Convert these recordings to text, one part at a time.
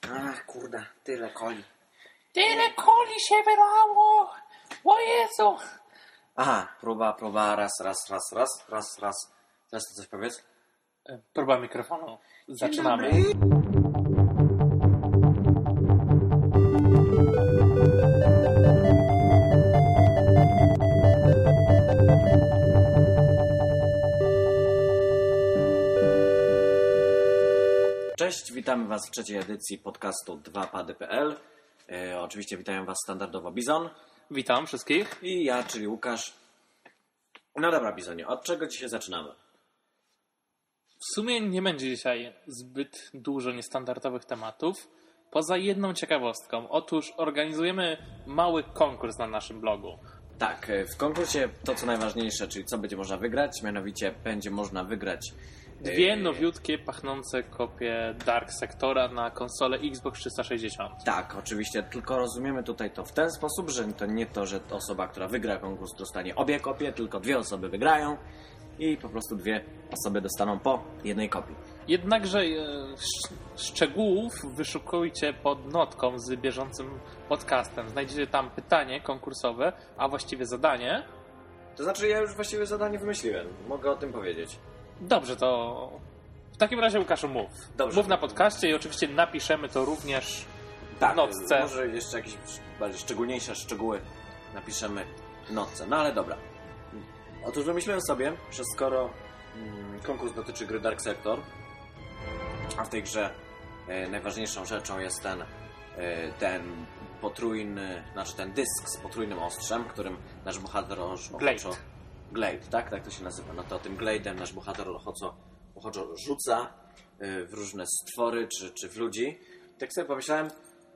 Ach, kurde, tyle coli. Tyle coli się wylało! O Jezu! Aha, próba, raz. Teraz to coś powiedz. Próba mikrofonu. Zaczynamy. Cześć, witamy Was w trzeciej edycji podcastu 2pady.pl. Oczywiście witają Was standardowo Bizon. Witam wszystkich. I ja, czyli Łukasz. No dobra, Bizonie, od czego dzisiaj zaczynamy? W sumie nie będzie dzisiaj zbyt dużo niestandardowych tematów, poza jedną ciekawostką. Otóż organizujemy mały konkurs na naszym blogu. Tak, w konkursie to co najważniejsze, czyli co będzie można wygrać, mianowicie będzie można wygrać Dwie nowiutkie, pachnące kopie Dark Sectora na konsolę Xbox 360. Tak, oczywiście, tylko rozumiemy tutaj to w ten sposób, że to nie to, że osoba, która wygra konkurs, dostanie obie kopie, tylko dwie osoby wygrają i po prostu dwie osoby dostaną po jednej kopii. Jednakże szczegółów wyszukujcie pod notką z bieżącym podcastem. Znajdziecie tam pytanie konkursowe, a właściwie zadanie. To znaczy, ja już właściwie zadanie wymyśliłem, mogę o tym powiedzieć. Dobrze, to w takim razie, Łukaszu, mów. Dobrze. Mów na podcaście i oczywiście napiszemy to również Tak, w notce. Może jeszcze jakieś bardziej szczególniejsze szczegóły napiszemy w notce. No ale dobra. Otóż wymyśliłem sobie, że skoro konkurs dotyczy gry Dark Sector, a w tej grze najważniejszą rzeczą jest ten potrójny, znaczy ten dysk z potrójnym ostrzem, którym nasz bohater Glade, tak? Tak to się nazywa. No to tym Glade'em nasz bohater ochoczo rzuca w różne stwory czy w ludzi. Tak sobie pomyślałem...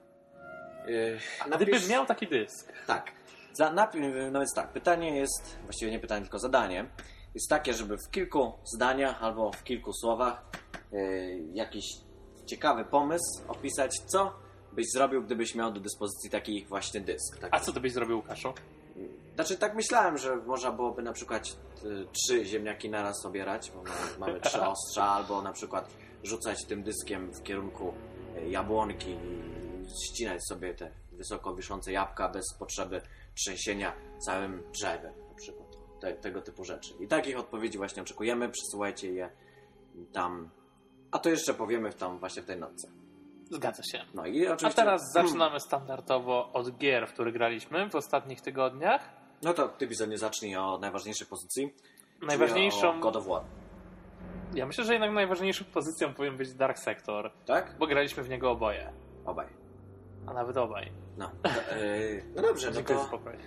Gdybyś miał taki dysk. Tak. No więc tak, pytanie jest, właściwie nie pytanie, tylko zadanie, jest takie, żeby w kilku zdaniach albo w kilku słowach jakiś ciekawy pomysł opisać, co byś zrobił, gdybyś miał do dyspozycji taki właśnie dysk. A co ty byś zrobił, Łukaszu? Znaczy tak myślałem, że można byłoby na przykład 3 ziemniaki naraz obierać, bo mamy 3 ostrza, albo na przykład rzucać tym dyskiem w kierunku jabłonki i ścinać sobie te wysoko wiszące jabłka bez potrzeby trzęsienia całym drzewem, na przykład. Tego typu rzeczy. I takich odpowiedzi właśnie oczekujemy, przysyłajcie je tam, a to jeszcze powiemy właśnie w tej notce. Zgadza się. No i oczywiście... A teraz zaczynamy standardowo od gier, w które graliśmy w ostatnich tygodniach. No to ty, Bizonie, zacznij od najważniejszej pozycji. Najważniejszą... O God of War. Ja myślę, że jednak najważniejszą pozycją powinien być Dark Sector. Tak? Bo graliśmy w niego oboje. Obaj. A nawet obaj. No, no dobrze, Dziękuję no za spokojnie.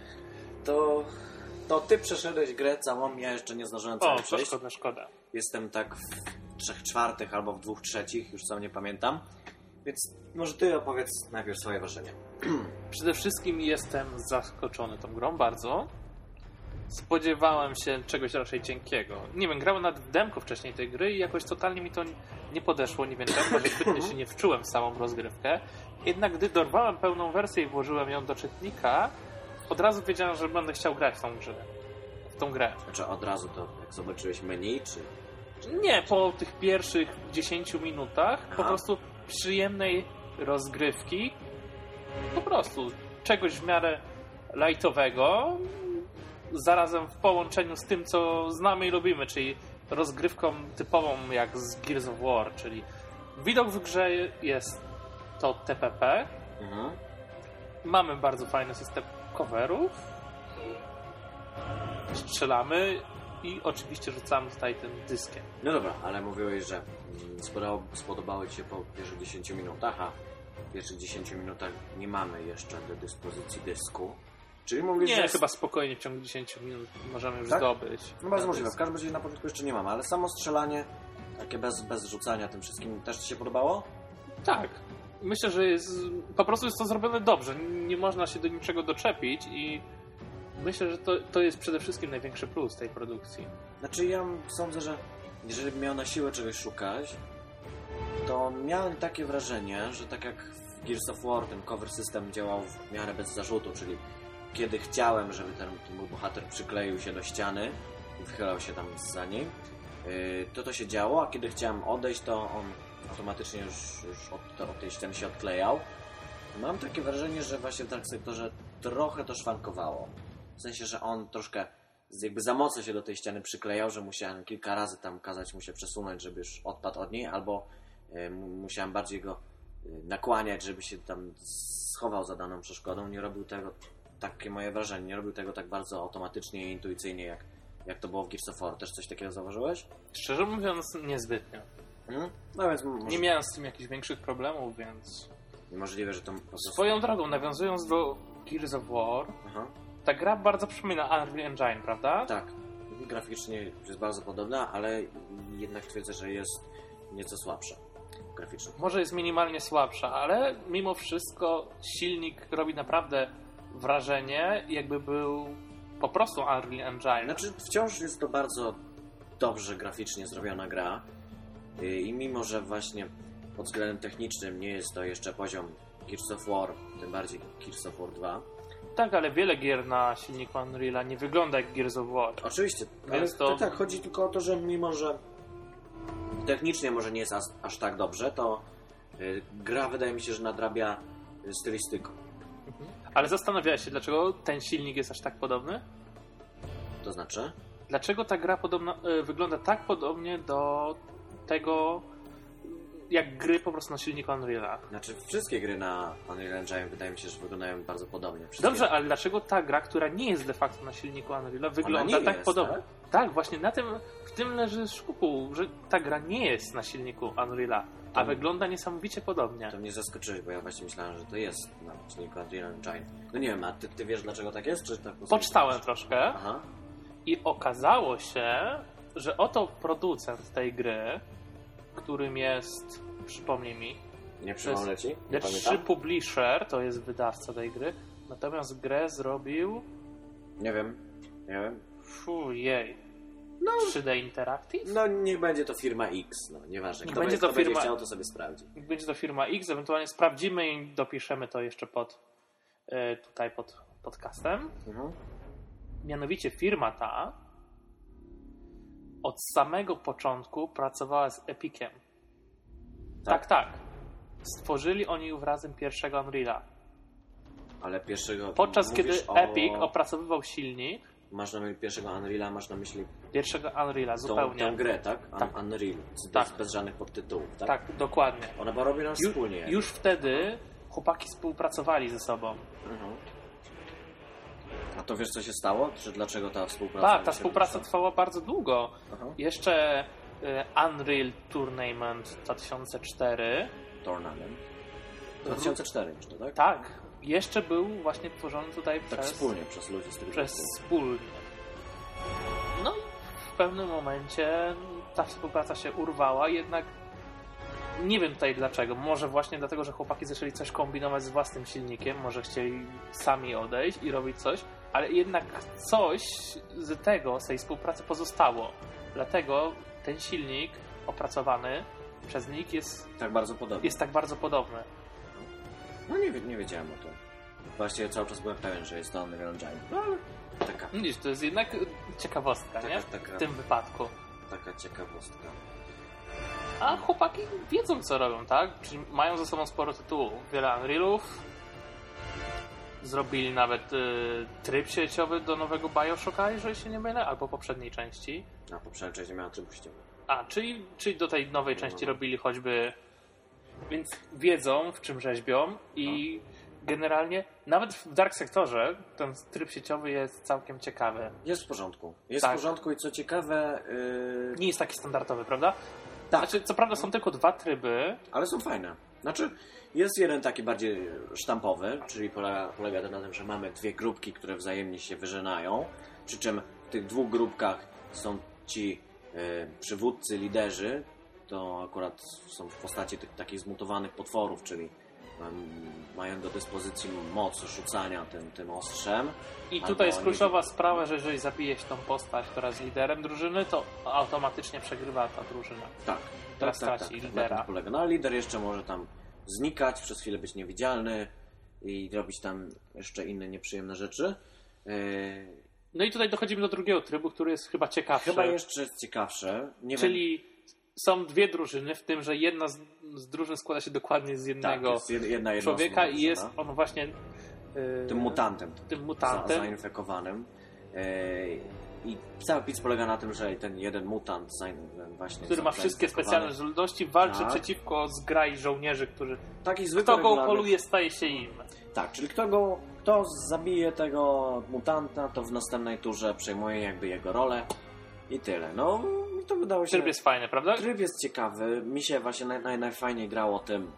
To ty przeszedłeś grę całą, ja jeszcze nie zdążyłem całej przejść. Szkoda. Jestem tak w 3/4 albo w 2/3, już sam nie pamiętam. Więc może ty opowiedz najpierw swoje wrażenie. Przede wszystkim jestem zaskoczony tą grą bardzo. Spodziewałem się czegoś raczej cienkiego. Nie wiem, grałem nawet w demko wcześniej tej gry i jakoś totalnie mi to nie podeszło. Nie wiem czemu, może zbytnio się nie wczułem w samą rozgrywkę. Jednak gdy dorwałem pełną wersję i włożyłem ją do czytnika, od razu wiedziałem, że będę chciał grać w tą grę. Znaczy od razu to, jak zobaczyłeś menu, czy... Nie, po tych pierwszych 10 minutach po prostu przyjemnej rozgrywki, po prostu czegoś w miarę lightowego, zarazem w połączeniu z tym, co znamy i lubimy, czyli rozgrywką typową jak z Gears of War, czyli widok w grze jest to TPP, mamy bardzo fajny system coverów, strzelamy i oczywiście rzucamy tutaj tym dyskiem. No dobra, ale mówiłeś, że spodobało ci się po pierwszych 10 minutach, a w pierwszych 10 minutach nie mamy jeszcze do dyspozycji dysku. Czyli mówisz, nie, że... chyba spokojnie w ciągu 10 minut możemy już tak? zdobyć. No bardzo możliwe, w każdym razie na początku jeszcze nie mamy, ale samo strzelanie, takie bez rzucania tym wszystkim, też ci się podobało? Tak. Myślę, że po prostu jest to zrobione dobrze. Nie można się do niczego doczepić i myślę, że to jest przede wszystkim największy plus tej produkcji. Znaczy ja sądzę, że jeżeli bym miał na siłę czegoś szukać, to miałem takie wrażenie, że tak jak w Gears of War ten cover system działał w miarę bez zarzutu, czyli kiedy chciałem, żeby ten mój bohater przykleił się do ściany i wychylał się tam za niej, to się działo, a kiedy chciałem odejść, to on automatycznie już od tej ściany się odklejał. Mam takie wrażenie, że właśnie w Dark Sectorze trochę to szwankowało. W sensie, że on troszkę jakby za mocno się do tej ściany przyklejał, że musiałem kilka razy tam kazać mu się przesunąć, żeby już odpadł od niej, albo musiałem bardziej go nakłaniać, żeby się tam schował za daną przeszkodą. Nie robił tego, takie moje wrażenie, nie robił tego tak bardzo automatycznie i intuicyjnie, jak to było w Gears of War. Też coś takiego zauważyłeś? Szczerze mówiąc, niezbytnio. No więc Nie miałem z tym jakichś większych problemów, więc... możliwe, że to po prostu... Swoją drogą, nawiązując do Gears of War, Aha. ta gra bardzo przypomina Unreal Engine, prawda? Tak. Graficznie jest bardzo podobna, ale jednak twierdzę, że jest nieco słabsza graficznie. Może jest minimalnie słabsza, ale mimo wszystko silnik robi naprawdę wrażenie, jakby był po prostu Unreal Engine. Znaczy, wciąż jest to bardzo dobrze graficznie zrobiona gra i mimo, że właśnie pod względem technicznym nie jest to jeszcze poziom Gears of War, tym bardziej Gears of War 2. Tak, ale wiele gier na silniku Unreala nie wygląda jak Gears of War. Oczywiście, ale Więc to... tak, chodzi tylko o to, że mimo, że technicznie może nie jest aż tak dobrze, to gra wydaje mi się, że nadrabia stylistyką. Ale zastanawiałeś się, dlaczego ten silnik jest aż tak podobny? To znaczy? Dlaczego ta gra wygląda tak podobnie do tego, jak gry po prostu na silniku Unreala? Znaczy, wszystkie gry na Unreal Engine wydaje mi się, że wyglądają bardzo podobnie. Wszystkie... Dobrze, ale dlaczego ta gra, która nie jest de facto na silniku Unreala, wygląda nie tak jest, podobnie? tak? Tak, właśnie w tym leży szkupu, że ta gra nie jest na silniku Unreala, a wygląda niesamowicie podobnie. To mnie zaskoczyłeś, bo ja właśnie myślałem, że to jest na silniku Unreal Engine. No nie wiem, a ty wiesz, dlaczego tak jest? Czy tak po prostu Poczytałem myślisz? troszkę Aha. i okazało się, że oto producent tej gry, którym jest, przypomnij mi, Nie przypomnę ci? Nie The 3 pamiętam? Publisher, to jest wydawca tej gry, natomiast grę zrobił... Nie wiem. Jej. No. 3D Interactive? No niech będzie to firma X, no nieważne. Niech Kto będzie będzie, to kto będzie firma- chciał, to sobie sprawdzi. Jak będzie to firma X, ewentualnie sprawdzimy i dopiszemy to jeszcze tutaj pod podcastem. Mhm. Mianowicie firma ta od samego początku pracowała z Epiciem. Tak. Stworzyli oni już razem pierwszego Unreala. Ale pierwszego... Podczas mówisz kiedy Epic opracowywał silnik Masz na myśli pierwszego Unreala, masz na myśli pierwszego Unreala, zupełnie. tą grę, tak? Tak. Unreal. Tak. Bez żadnych podtytułów, tak? Tak, dokładnie. Ona była robiona wspólnie. Już wtedy chłopaki współpracowali ze sobą. Mhm. A to wiesz, co się stało? Czy dlaczego ta współpraca... Tak, ta się współpraca wydłużyła? trwała bardzo długo. Aha. Jeszcze Unreal Tournament 2004. Tournament. 2004 jeszcze, tak? Tak, jeszcze był właśnie tworzony tutaj Tak wspólnie przez ludzi z tego przez zespołu. wspólnie. No i w pewnym momencie ta współpraca się urwała, jednak nie wiem tutaj dlaczego. Może właśnie dlatego, że chłopaki zaczęli coś kombinować z własnym silnikiem, może chcieli sami odejść i robić coś, ale jednak coś z tej współpracy pozostało. Dlatego ten silnik opracowany przez nich jest Tak bardzo podobnie. tak bardzo podobny. No nie wiedziałem o tym. Właściwie cały czas byłem pewien, że jest to Unreal Engine. No ale taka Widzisz, to jest jednak ciekawostka, nie? taka- W tym wypadku. ciekawostka. A chłopaki wiedzą, co robią, tak? Czyli mają ze sobą sporo tytułów. Wiele Unrealów. Zrobili nawet tryb sieciowy do nowego Bioshocka, jeżeli się nie mylę, albo poprzedniej części. A poprzednia część nie miała trybu sieciowego. A, czyli do tej nowej części robili choćby... Więc wiedzą, w czym rzeźbią i generalnie nawet w Dark Sectorze ten tryb sieciowy jest całkiem ciekawy. Jest w porządku. Jest Tak. w porządku i co ciekawe... Nie jest taki standardowy, prawda? Tak. Znaczy, co prawda są tylko 2 tryby. Ale są fajne. Znaczy, jest jeden taki bardziej sztampowy, czyli polega to na tym, że mamy dwie grupki, które wzajemnie się wyżynają, przy czym w tych dwóch grupkach są ci przywódcy, liderzy, to akurat są w postaci tych takich zmutowanych potworów, czyli mają do dyspozycji moc rzucania tym ostrzem. I Albo tutaj jest oni- kluczowa sprawa, że jeżeli zabijesz tą postać, która jest liderem drużyny, to automatycznie przegrywa ta drużyna. Tak. Teraz tak, traci Na lidera. tym polega. No a lider jeszcze może tam znikać, przez chwilę być niewidzialny i robić tam jeszcze inne nieprzyjemne rzeczy. No i tutaj dochodzimy do drugiego trybu, który jest chyba ciekawszy. Chyba jeszcze jest ciekawsze. Nie wiem. Czyli są dwie drużyny, w tym, że jedna z drużyn składa się dokładnie z jednego jest jedna człowieka i drużyna. jest on właśnie Tym mutantem. Tym mutantem. Zainfekowanym. I cały pic polega na tym, że ten jeden mutant właśnie... który ma wszystkie specjalne zdolności, walczy tak. przeciwko zgrai żołnierzy, którzy... Takich zwykłych Kto go poluje, staje się im. Tak, czyli kto zabije tego mutanta, to w następnej turze przejmuje jakby jego rolę i tyle. No, mi to wydało się... Tryb jest fajny, prawda? Tryb jest ciekawy. Mi się właśnie najfajniej grało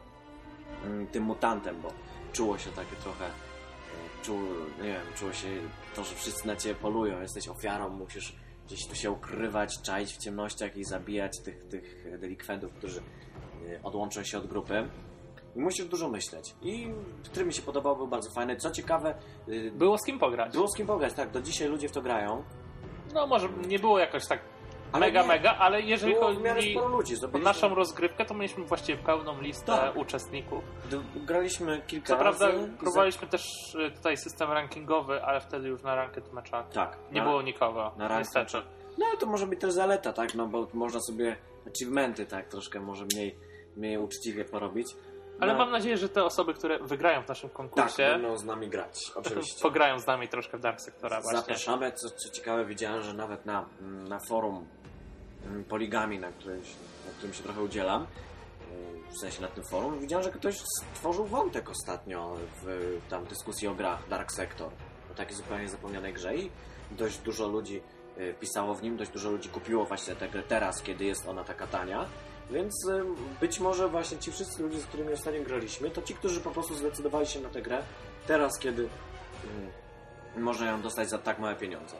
tym mutantem, bo czuło się takie trochę... czuło się to, że wszyscy na ciebie polują, jesteś ofiarą, musisz gdzieś tu się ukrywać, czaić w ciemnościach i zabijać tych delikwentów, którzy odłączą się od grupy. I musisz dużo myśleć. I tryb mi się podobał, był bardzo fajny. Co ciekawe... Było z kim pograć. Było z kim pograć, tak. Do dzisiaj ludzie w to grają. No może nie było jakoś tak Ale mega, ale jeżeli było w miarę chodzi sporo ludzi. o naszą rozgrywkę, to mieliśmy właściwie pełną listę Tak. uczestników. Graliśmy kilka Co razy. prawda próbowaliśmy też tutaj system rankingowy, ale wtedy już na ranked meczach Tak. nie było nikogo, na ranked niestety. No to może być też zaleta, tak? No bo można sobie achievementy, tak? Troszkę może mniej uczciwie porobić. Ale No, mam nadzieję, że te osoby, które wygrają w naszym tak, konkursie, będą z nami grać, oczywiście. pograją z nami troszkę w Dark Sectora właśnie. Zapraszamy. Co ciekawe, widziałem, że nawet na forum Poligami, na którym się trochę udzielam, w sensie na tym forum, widziałem, że ktoś stworzył wątek ostatnio w tam dyskusji o grach Dark Sector, o takiej zupełnie zapomnianej grze i dość dużo ludzi pisało w nim, dość dużo ludzi kupiło właśnie tę grę teraz, kiedy jest ona taka tania, więc być może właśnie ci wszyscy ludzie, z którymi ostatnio graliśmy, to ci, którzy po prostu zdecydowali się na tę grę teraz, kiedy można ją dostać za tak małe pieniądze.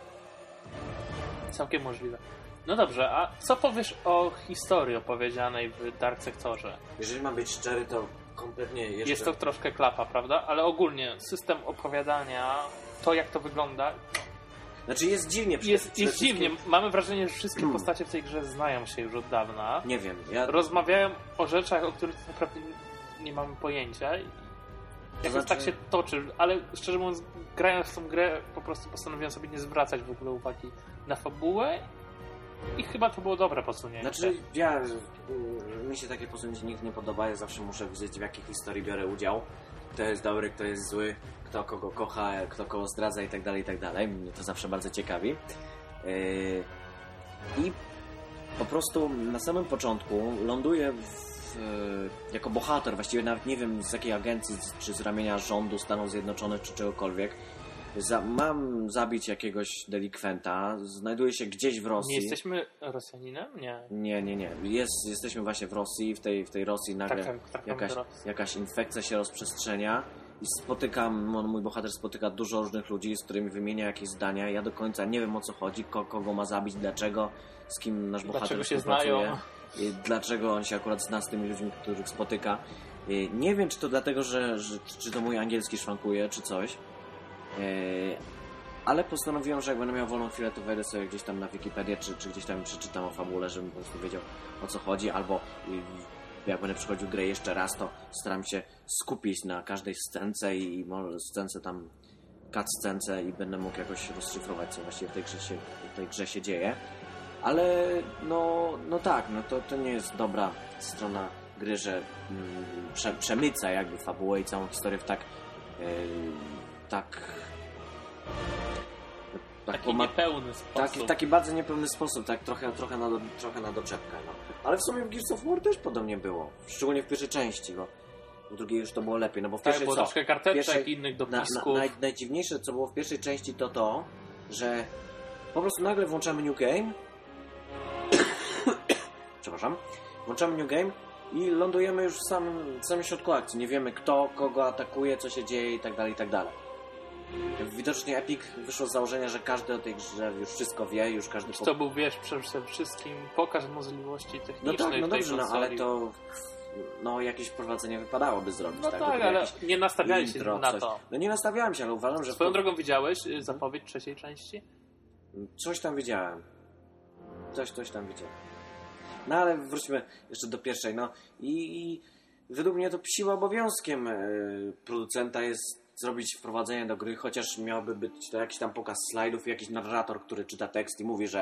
Całkiem możliwe. No dobrze, a co powiesz o historii opowiedzianej w Dark Sectorze? Jeżeli mam być szczery, to kompletnie jeszcze... Jest to troszkę klapa, prawda? Ale ogólnie system opowiadania, to jak to wygląda, Znaczy jest dziwnie. jest dziwnie. Mamy wrażenie, że wszystkie postacie w tej grze znają się już od dawna. Nie wiem, ja... Rozmawiają o rzeczach, o których tak naprawdę nie mamy pojęcia. I jakoś tak się toczy, ale szczerze mówiąc, grając w tą grę, po prostu postanowiłem sobie nie zwracać w ogóle uwagi na fabułę i chyba to było dobre posunięcie. Znaczy, mi się takie posunięcie nigdy nie podoba, ja zawsze muszę wiedzieć, w jakiej historii biorę udział. Kto jest dobry, kto jest zły, kto kogo kocha, kto kogo zdradza i tak dalej, i tak dalej. Mnie to zawsze bardzo ciekawi. I po prostu na samym początku ląduję jako bohater, właściwie nawet nie wiem z jakiej agencji, czy z ramienia rządu Stanów Zjednoczonych, czy czegokolwiek. Mam zabić jakiegoś delikwenta, znajduję się gdzieś w Rosji. Nie jesteśmy Rosjaninem? Nie. Nie. Jesteśmy właśnie w Rosji, w tej Rosji nagle jakaś infekcja się rozprzestrzenia i mój bohater spotyka dużo różnych ludzi, z którymi wymienia jakieś zdania. Ja do końca nie wiem, o co chodzi, kogo ma zabić, dlaczego, z kim nasz bohater współpracuje, dlaczego on się akurat zna z tymi ludźmi, których spotyka. Nie wiem, czy to dlatego, że czy to mój angielski szwankuje, czy coś. Ale postanowiłem, że jak będę miał wolną chwilę, to wejdę sobie gdzieś tam na Wikipedię, czy gdzieś tam przeczytam o fabule, żebym po prostu wiedział, o co chodzi, albo jak będę przechodził grę jeszcze raz, to staram się skupić na każdej scence i może scence tam cutscence i będę mógł jakoś rozszyfrować, co właściwie w tej grze się dzieje. Ale no tak, to nie jest dobra strona gry, że przemyca jakby fabułę i całą historię w taki niepełny sposób. Taki bardzo niepełny sposób, tak trochę na doczepkę. No. Ale w sumie w Gears of War też podobnie było. Szczególnie w pierwszej części, bo w drugiej już to było lepiej. No bo w pierwszej było troszkę karteczek, innych dopisków. Najdziwniejsze, co było w pierwszej części, to, że po prostu nagle włączamy New Game. Przepraszam. Włączamy New Game i lądujemy już w samym środku akcji. Nie wiemy kto, kogo atakuje, co się dzieje i tak dalej. Widocznie Epic wyszło z założenia, że każdy o tej grze już wszystko wie, już każdy... To był, przede wszystkim pokaz możliwości technicznej no tej dobrze, konsoli. ale to... jakieś wprowadzenie wypadałoby zrobić. No tak, ale nie nastawiali się na to. No nie nastawiałem się, ale uważam, że... Swoją drogą widziałeś zapowiedź trzeciej części? Coś tam widziałem. Coś tam widziałem. No ale wróćmy jeszcze do pierwszej. No i według mnie to psim obowiązkiem producenta jest zrobić wprowadzenie do gry, chociaż miałby być to jakiś tam pokaz slajdów i jakiś narrator, który czyta tekst i mówi, że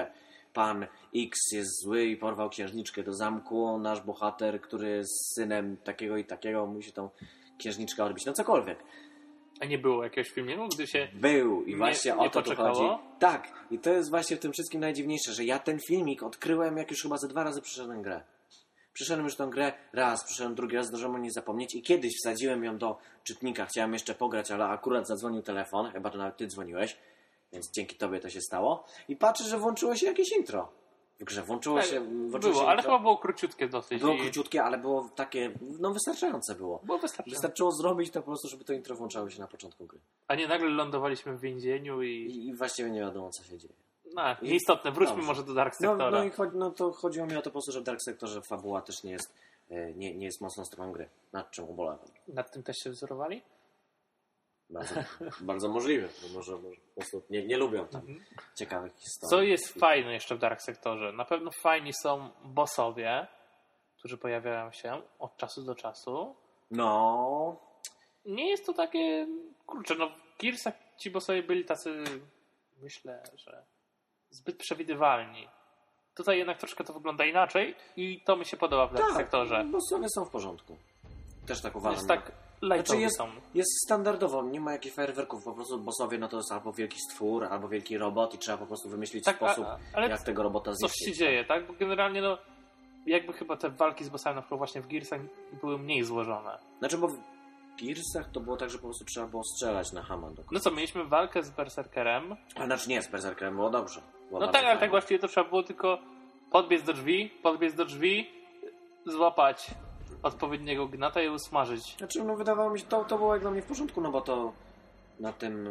pan X jest zły i porwał księżniczkę do zamku, nasz bohater, który jest synem takiego i takiego, musi tą księżniczkę odbić, no cokolwiek. A nie było jakiegoś filmu, gdy się Był i właśnie o to tu poczekało? chodzi. Tak, i to jest właśnie w tym wszystkim najdziwniejsze, że ja ten filmik odkryłem, jak już chyba ze 2 razy przeszedłem grę. Przeszedłem już tą grę raz, przeszedłem drugi raz, zdążyłem o niej zapomnieć i kiedyś wsadziłem ją do czytnika, chciałem jeszcze pograć, ale akurat zadzwonił telefon, chyba to nawet ty dzwoniłeś, więc dzięki tobie to się stało i patrzę, że włączyło się jakieś intro w grze, włączyło się było, ale intro. chyba było króciutkie dosyć. Było króciutkie, ale było takie, no wystarczające było. Było wystarczające. Wystarczyło zrobić to po prostu, żeby to intro włączało się na początku gry. A nie nagle lądowaliśmy w więzieniu I właściwie nie wiadomo, co się dzieje. No, nieistotne, wróćmy Dobrze. może do Dark Sectora. No to chodziło mi o to po prostu, że w Dark Sectorze fabuła też nie jest, nie jest mocną stroną gry. Nad czym ubolewam. Nad tym też się wzorowali? Bardzo, bardzo możliwe. Bo może po prostu nie lubią tam ciekawych historii. Co jest fajne jeszcze w Dark Sectorze? Na pewno fajni są bossowie, którzy pojawiają się od czasu do czasu. No... Nie jest to takie... Kurczę, no w Gearsach ci bossowie byli tacy... Myślę, że zbyt przewidywalni. Tutaj jednak troszkę to wygląda inaczej i to mi się podoba w Dark Sectorze. Bossowie są w porządku. Też tak uważam. Jest tak lightowi są. Jest standardowo, nie ma jakichś fajerwerków, po prostu bossowie no to jest albo wielki stwór, albo wielki robot i trzeba po prostu wymyślić sposób, ale jak tego robota coś zniszczyć. się dzieje, tak? Bo generalnie no jakby chyba te walki z bossami na przykład właśnie w Gearsach były mniej złożone. Znaczy, bo w Gearsach to było tak, że po prostu trzeba było strzelać na Hammond. No co, mieliśmy walkę z Berserkerem. A znaczy nie, z Berserkerem było dobrze. Było No bardzo tak, ale fajnie. tak właściwie to trzeba było tylko podbiec do drzwi, złapać odpowiedniego gnata i usmażyć. Znaczy, no wydawało mi się, to było jak dla mnie w porządku, no bo to na tym...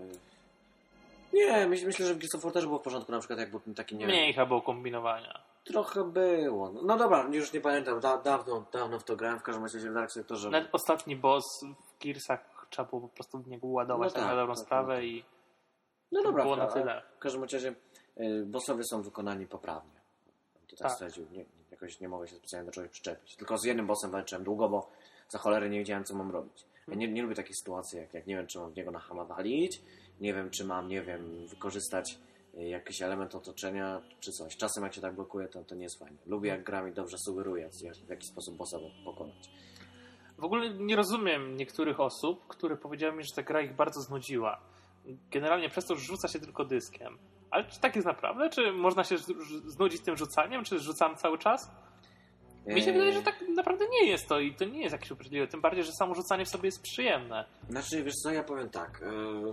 Nie, myślę, że w Gears of War też było w porządku, na przykład jak był ten taki, nie Mniej wiem, chyba było kombinowania. trochę było. No dobra, już nie pamiętam, dawno w to grałem, w każdym razie w Dark Sectorze. Nawet ostatni boss w Gearsach trzeba było po prostu w niego ładować No tak, na dobrą tak, sprawę tak. i No to dobra, było na ale tyle. w każdym razie bossowie są wykonani poprawnie. To tak Tak. stwierdził, jakoś nie mogę się specjalnie do czegoś przyczepić. Tylko z jednym bossem walczyłem długo, bo za cholerę nie wiedziałem, co mam robić. Ja nie lubię takich sytuacji, jak nie wiem, czy mam w niego na hama walić, nie wiem, czy mam, nie wiem, wykorzystać jakiś element otoczenia, czy coś. Czasem jak się tak blokuje, to nie jest fajnie. Lubię, jak gra mi dobrze sugeruje, w jaki sposób bossa pokonać. W ogóle nie rozumiem niektórych osób, które powiedziały mi, że ta gra ich bardzo znudziła. Generalnie przez to, że rzuca się tylko dyskiem. Ale czy tak jest naprawdę? Czy można się znudzić tym rzucaniem? Czy rzucam cały czas? Mi się wydaje, że tak naprawdę nie jest to i to nie jest jakieś uprzywilejowane. Tym bardziej, że samo rzucanie w sobie jest przyjemne. Znaczy, wiesz co, ja powiem tak.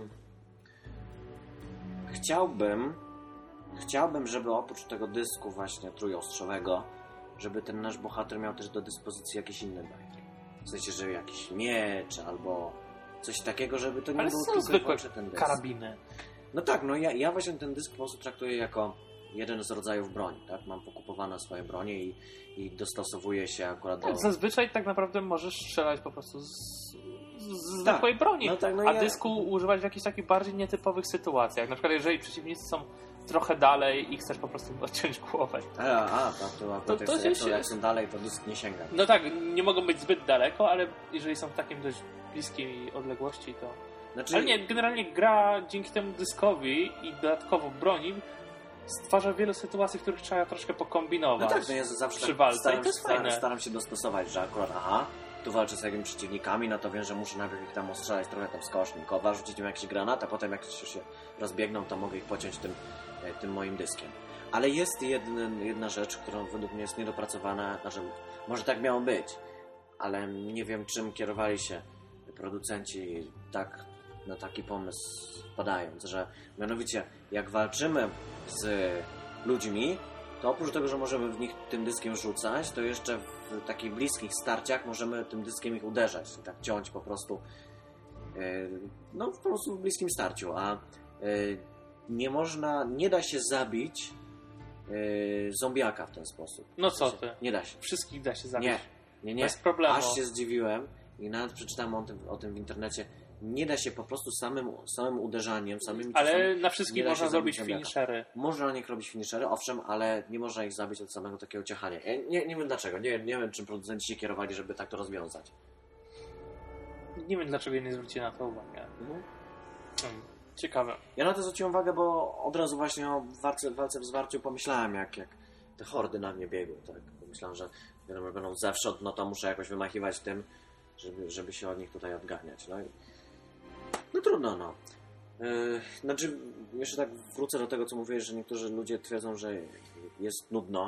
Chciałbym, żeby oprócz tego dysku właśnie trójostrzowego, żeby ten nasz bohater miał też do dyspozycji jakieś inne bajki. W sensie, że jakiś miecz albo coś takiego, żeby to nie Ale było są tylko i zwykłe wyłącznie ten dysk. karabiny. No tak, no ja właśnie ten dysk po prostu traktuję jako jeden z rodzajów broni, tak? Mam pokupowane swoje bronie i dostosowuję się akurat do... Tak, zazwyczaj tak naprawdę możesz strzelać po prostu z Tak. zwykłej broni, No tak, no a ja- dysku używać w jakichś takich bardziej nietypowych sytuacjach. Na przykład jeżeli przeciwnicy są trochę dalej i chcesz po prostu odciąć głowę. To akurat To jak są dalej, to dysk nie sięga. No tak, nie mogą być zbyt daleko, ale jeżeli są w takim dość bliskiej odległości, to... Znaczy, Ale nie, generalnie gra dzięki temu dyskowi i dodatkowo broni stwarza wiele sytuacji, w których trzeba troszkę no pokombinować. tak, no ja zawsze przy tak walce i to jest fajne. staram się dostosować, że akurat tu walczę z jakimiś przeciwnikami, no to wiem, że muszę najpierw ich tam ostrzelać trochę tam skosznikowa, rzucić im jakiś granat, a potem jak się rozbiegną, to mogę ich pociąć tym moim dyskiem. Ale jest jedna rzecz, która według mnie jest niedopracowana, znaczy może tak miało być, ale nie wiem, czym kierowali się producenci na taki pomysł padając, że mianowicie jak walczymy z ludźmi, to oprócz tego, że możemy w nich tym dyskiem rzucać, to jeszcze w takich bliskich starciach możemy tym dyskiem ich uderzać, tak ciąć po prostu po prostu w bliskim starciu, a nie da się zabić zombiaka w ten sposób. No co ty? Nie da się. Wszystkich da się zabić. Nie. Bez problemu. Aż się zdziwiłem i nawet przeczytałem o tym w internecie. Nie da się po prostu samym uderzaniem, samymi Ale ciosami, na wszystkich nie da można się zrobić zabić zombiaka. finishery. Można na nich robić finishery, owszem, ale nie można ich zabić od samego takiego ciachania. Ja nie wiem dlaczego. Nie wiem, czym producenci się kierowali, żeby tak to rozwiązać. Nie wiem, dlaczego nie zwrócili na to uwagę. Ciekawe. Ja na to zwróciłem uwagę, bo od razu właśnie o walce w zwarciu pomyślałem, jak te hordy na mnie biegły. Tak? Pomyślałem, że wiadomo, będą zewsząd, no to muszę jakoś wymachiwać tym, żeby się od nich tutaj odganiać. No trudno, no. Znaczy, jeszcze tak wrócę do tego, co mówiłeś, że niektórzy ludzie twierdzą, że jest nudno.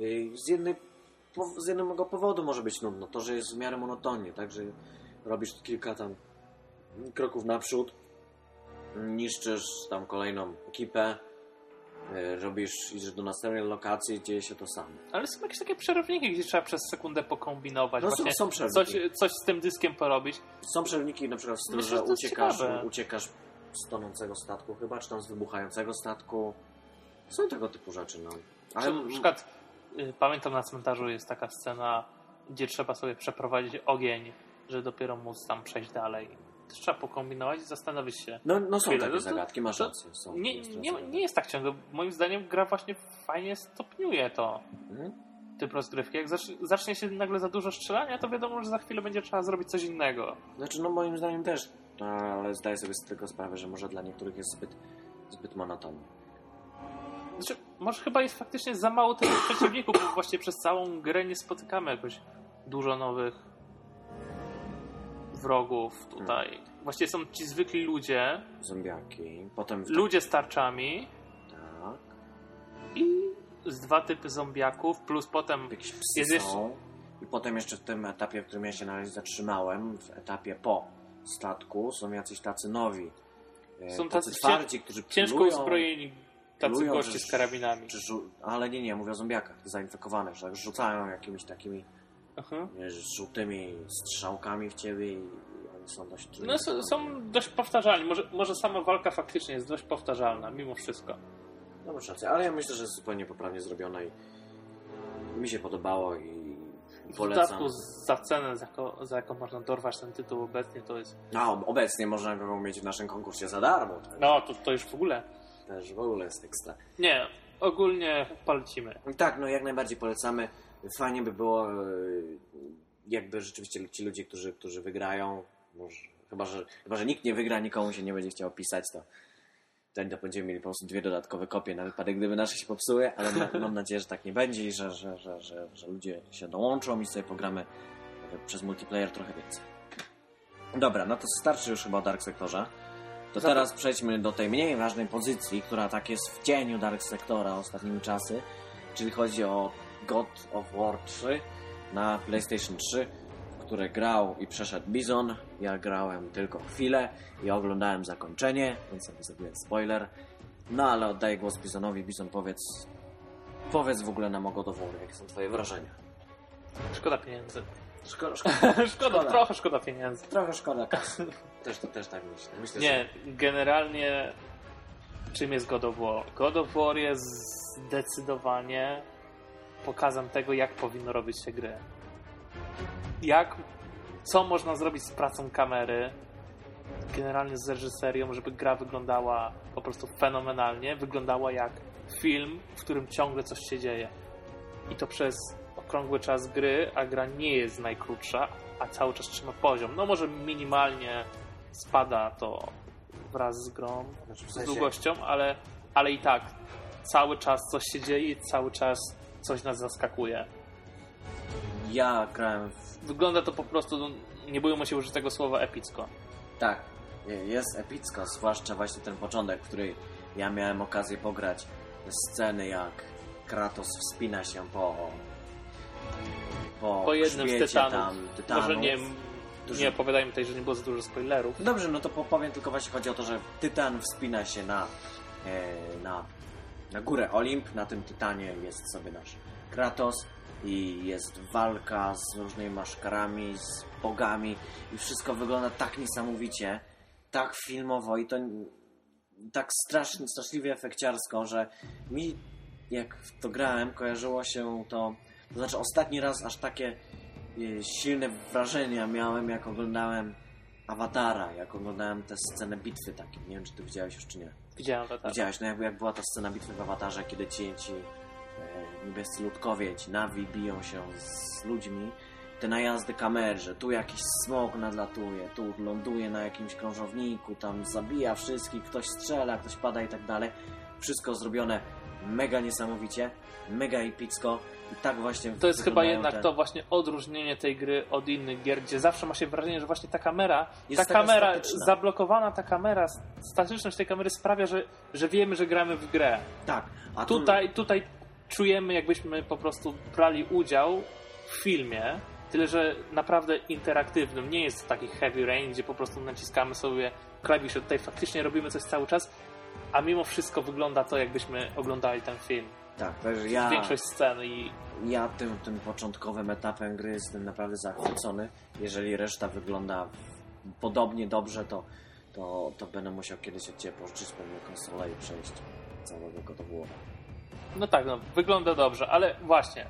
Z jednego powodu może być nudno. To, że jest w miarę monotonnie, tak? Że robisz kilka tam kroków naprzód, niszczysz tam kolejną ekipę, idziesz do następnej lokacji, dzieje się to samo. Ale są jakieś takie przerywniki, gdzie trzeba przez sekundę pokombinować. No właśnie są przerywniki. coś z tym dyskiem porobić. Są przerywniki na przykład w stylu, Myślę, że że uciekasz z tonącego statku chyba, czy tam z wybuchającego statku. Są tego typu rzeczy, no. Ale Na przykład pamiętam, na cmentarzu jest taka scena, gdzie trzeba sobie przeprowadzić ogień, że dopiero móc tam przejść dalej. Trzeba pokombinować i zastanowić się. No są chwilę. takie zagadki, masz rację. Są, Nie jest tak ciągle. Moim zdaniem gra właśnie fajnie stopniuje to. Mhm. Typ rozgrywki. Jak zacznie się nagle za dużo strzelania, to wiadomo, że za chwilę będzie trzeba zrobić coś innego. Znaczy, no moim zdaniem też, ale zdaję sobie z tego sprawę, że może dla niektórych jest zbyt monotonnie. Znaczy, może chyba jest faktycznie za mało tych przeciwników, bo właśnie przez całą grę nie spotykamy jakoś dużo nowych wrogów tutaj. Właściwie są ci zwykli ludzie, Zombiaki, potem... ludzie z tarczami Tak. i z 2 typy zombiaków, plus potem Jakieś psy jest jeszcze... są. I potem jeszcze w tym etapie, w którym ja się na razie zatrzymałem, w etapie po statku, są jacyś tacy nowi. Są tacy tacy twardzi, którzy ciężko pilują, uzbrojeni tacy pilują, goście z karabinami. ale nie, mówię o zombiakach zainfekowanych, że tak rzucają jakimiś takimi Aha. żółtymi strzałkami w ciebie i oni są dość... No, są dość powtarzalni. Może sama walka faktycznie jest dość powtarzalna, mimo wszystko. No masz rację, ale ja myślę, że jest zupełnie poprawnie zrobione i mi się podobało i W polecam. dodatku za cenę, za jaką można dorwać ten tytuł obecnie, to jest... No, obecnie można go mieć w naszym konkursie za darmo. Tak? No, to już w ogóle... Też w ogóle jest ekstra. Nie, ogólnie polecimy. Tak, no jak najbardziej polecamy. Fajnie by było, jakby rzeczywiście ci ludzie, którzy wygrają, może, chyba, że nikt nie wygra, nikomu się nie będzie chciał pisać, to będziemy mieli po prostu 2 dodatkowe kopie na wypadek, gdyby nasze się popsuły, ale mam nadzieję, że tak nie będzie i że ludzie się dołączą i sobie pogramy przez multiplayer trochę więcej. Dobra, no to starczy już chyba o Dark Sectorze. To teraz przejdźmy do tej mniej ważnej pozycji, która tak jest w cieniu Dark Sectora ostatnimi czasy, czyli chodzi o God of War 3 na PlayStation 3, w które grał i przeszedł Bizon. Ja grałem tylko chwilę i oglądałem zakończenie, więc sobie zrobiłem spoiler. No ale oddaję głos Bizonowi. Bizon, powiedz w ogóle nam o God of War, jakie są twoje wrażenia? Szkoda pieniędzy. Szkoda. Trochę szkoda pieniędzy. Trochę szkoda kasy. Też tak myślę. Nie, generalnie czym jest God of War? God of War jest zdecydowanie pokazem tego, jak powinno robić się gry. Co można zrobić z pracą kamery, generalnie z reżyserią, żeby gra wyglądała po prostu fenomenalnie, wyglądała jak film, w którym ciągle coś się dzieje. I to przez okrągły czas gry, a gra nie jest najkrótsza, a cały czas trzyma poziom. No może minimalnie spada to wraz z grą, z długością, ale i tak cały czas coś się dzieje i cały czas coś nas zaskakuje. Ja grałem Wygląda to po prostu, nie bójmy się użyć tego słowa, epicko. Tak, jest epicko, zwłaszcza właśnie ten początek, w której ja miałem okazję pograć sceny, jak Kratos wspina się po jednym z tytanów. Może nie opowiadajmy tutaj, że nie było za dużo spoilerów. Dobrze, no to powiem, tylko właśnie chodzi o to, że tytan wspina się na górę Olimp. Na tym tytanie jest sobie nasz Kratos i jest walka z różnymi maszkarami, z bogami i wszystko wygląda tak niesamowicie, tak filmowo i to tak straszliwie efekciarsko, że mi jak w to grałem, kojarzyło się to znaczy ostatni raz aż takie silne wrażenia miałem, jak oglądałem Awatara, jak oglądałem tę scenę bitwy takiej. Nie wiem, czy ty widziałeś już, czy nie. Widziałem to, tak. Widziałeś, no jak była ta scena bitwy w Awatarze, kiedy ci niebiescy ludkowie, ci Navi biją się z ludźmi te najazdy kamer, że tu jakiś smok nadlatuje, tu ląduje na jakimś krążowniku, tam zabija wszystkich, ktoś strzela, ktoś pada i tak dalej. Wszystko zrobione mega niesamowicie, mega epicko i tak właśnie to jest chyba wyglądają jednak to właśnie odróżnienie tej gry od innych gier, gdzie zawsze ma się wrażenie, że właśnie ta Jest taka kamera, statyczna. zablokowana ta kamera, statyczność tej kamery sprawia, że wiemy, że gramy w grę. Tak, a Tutaj czujemy, jakbyśmy po prostu brali udział w filmie, tyle że naprawdę interaktywnym. Nie jest to taki Heavy Rain, gdzie po prostu naciskamy sobie klawisze. Tutaj faktycznie robimy coś cały czas, a mimo wszystko wygląda to, jakbyśmy oglądali ten film. tak, także Większość scen i ja tym początkowym etapem gry jestem naprawdę zachwycony. Jeżeli reszta wygląda podobnie dobrze, to będę musiał kiedyś od Ciebie pożyczyć pewną konsolę i przejść całego God of War. no tak, wygląda dobrze, ale właśnie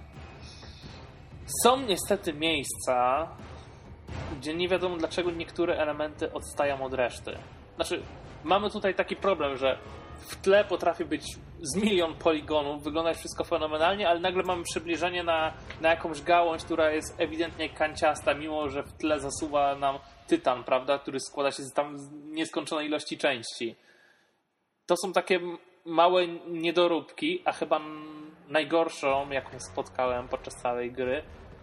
są niestety miejsca, gdzie nie wiadomo dlaczego niektóre elementy odstają od reszty. Znaczy, mamy tutaj taki problem, że w tle potrafi być z milion poligonów, wyglądać wszystko fenomenalnie, ale nagle mamy przybliżenie na jakąś gałąź, która jest ewidentnie kanciasta, mimo że w tle zasuwa nam tytan, prawda, który składa się z tam nieskończonej ilości części. To są takie małe niedoróbki, a chyba najgorszą, jaką spotkałem podczas całej gry,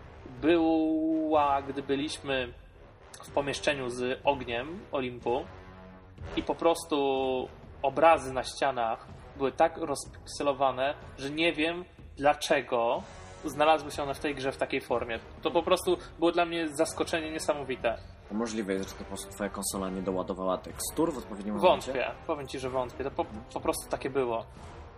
była, gdy byliśmy w pomieszczeniu z ogniem Olimpu i po prostu obrazy na ścianach były tak rozpikselowane, że nie wiem dlaczego znalazły się one w tej grze w takiej formie. To po prostu było dla mnie zaskoczenie niesamowite. To możliwe jest, że to po prostu Twoja konsola nie doładowała tekstur w odpowiednim momencie? Wątpię, powiem Ci, że wątpię. To po prostu takie było.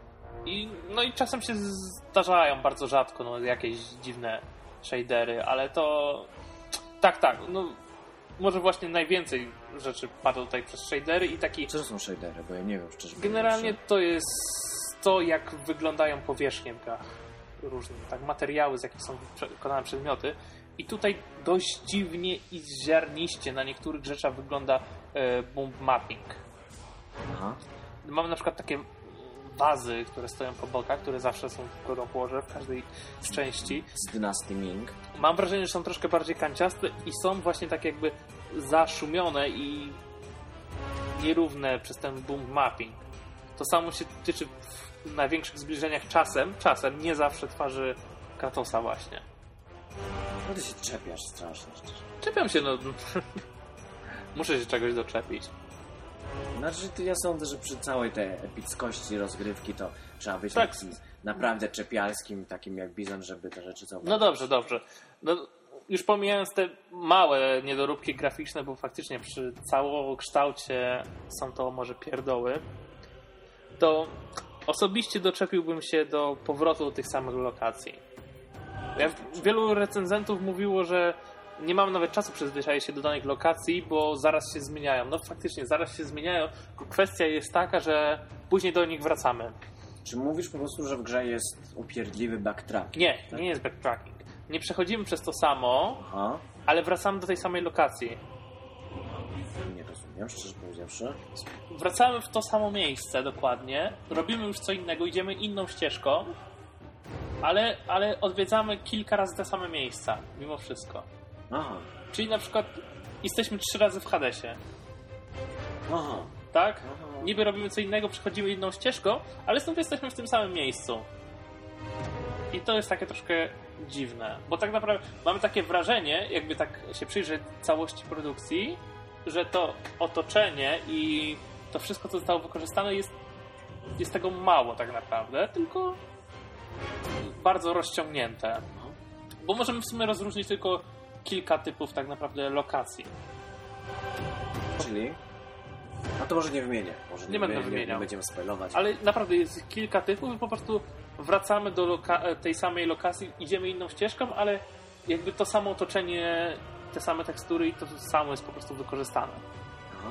No i czasem się zdarzają, bardzo rzadko, jakieś dziwne shadery, ale to... Tak, no może właśnie najwięcej rzeczy pada tutaj przez shadery i taki... Co to są shadery? Bo ja nie wiem szczerze. Generalnie to jest to, jak wyglądają powierzchnie w grach różne, tak, materiały, z jakich są wykonane przedmioty. I tutaj dość dziwnie i ziarniście na niektórych rzeczach wygląda bump mapping. Aha. Mamy na przykład takie wazy, które stoją po bokach, które zawsze są w God of Warze, w każdej z części. Z dynastii Ming. Mam wrażenie, że są troszkę bardziej kanciaste i są właśnie tak jakby zaszumione i nierówne przez ten bump mapping. To samo się tyczy w największych zbliżeniach czasem, nie zawsze twarzy Kratosa właśnie. No ty się czepiasz strasznie. Czepiam się, muszę się czegoś doczepić. Znaczy, ja sądzę, że przy całej tej epickości rozgrywki to trzeba być tak. takim naprawdę czepialskim, takim jak Bizon, żeby te rzeczy zauważyć. No dobrze. Już pomijając te małe niedoróbki graficzne, bo faktycznie przy całokształcie są to może pierdoły, to osobiście doczepiłbym się do powrotu do tych samych lokacji. Wielu recenzentów mówiło, że nie mam nawet czasu przyzwyczaić się do danych lokacji, bo zaraz się zmieniają. No faktycznie, zaraz się zmieniają. Kwestia jest taka, że później do nich wracamy. Czy mówisz po prostu, że w grze jest upierdliwy backtracking? Nie, tak? nie jest backtracking. Nie przechodzimy przez to samo, Aha. ale wracamy do tej samej lokacji. Nie rozumiem, szczerze powiedziawszy. Wracamy w to samo miejsce dokładnie, robimy już co innego, idziemy inną ścieżką, ale odwiedzamy kilka razy te same miejsca, mimo wszystko. Aha. Czyli na przykład jesteśmy 3 razy w Hadesie, Aha. tak? Aha. Niby robimy co innego, przechodzimy inną ścieżką, ale znów jesteśmy w tym samym miejscu. I to jest takie troszkę dziwne, bo tak naprawdę mamy takie wrażenie, jakby tak się przyjrzeć całości produkcji, że to otoczenie i to wszystko, co zostało wykorzystane, jest tego mało tak naprawdę, tylko bardzo rozciągnięte. Bo możemy w sumie rozróżnić tylko kilka typów tak naprawdę lokacji. Czyli? A to może nie wymienię. Może Nie będę wymieniał. Nie będziemy spoilować. Ale naprawdę jest kilka typów i po prostu wracamy do tej samej lokacji, idziemy inną ścieżką, ale jakby to samo otoczenie, te same tekstury i to samo jest po prostu wykorzystane. Aha.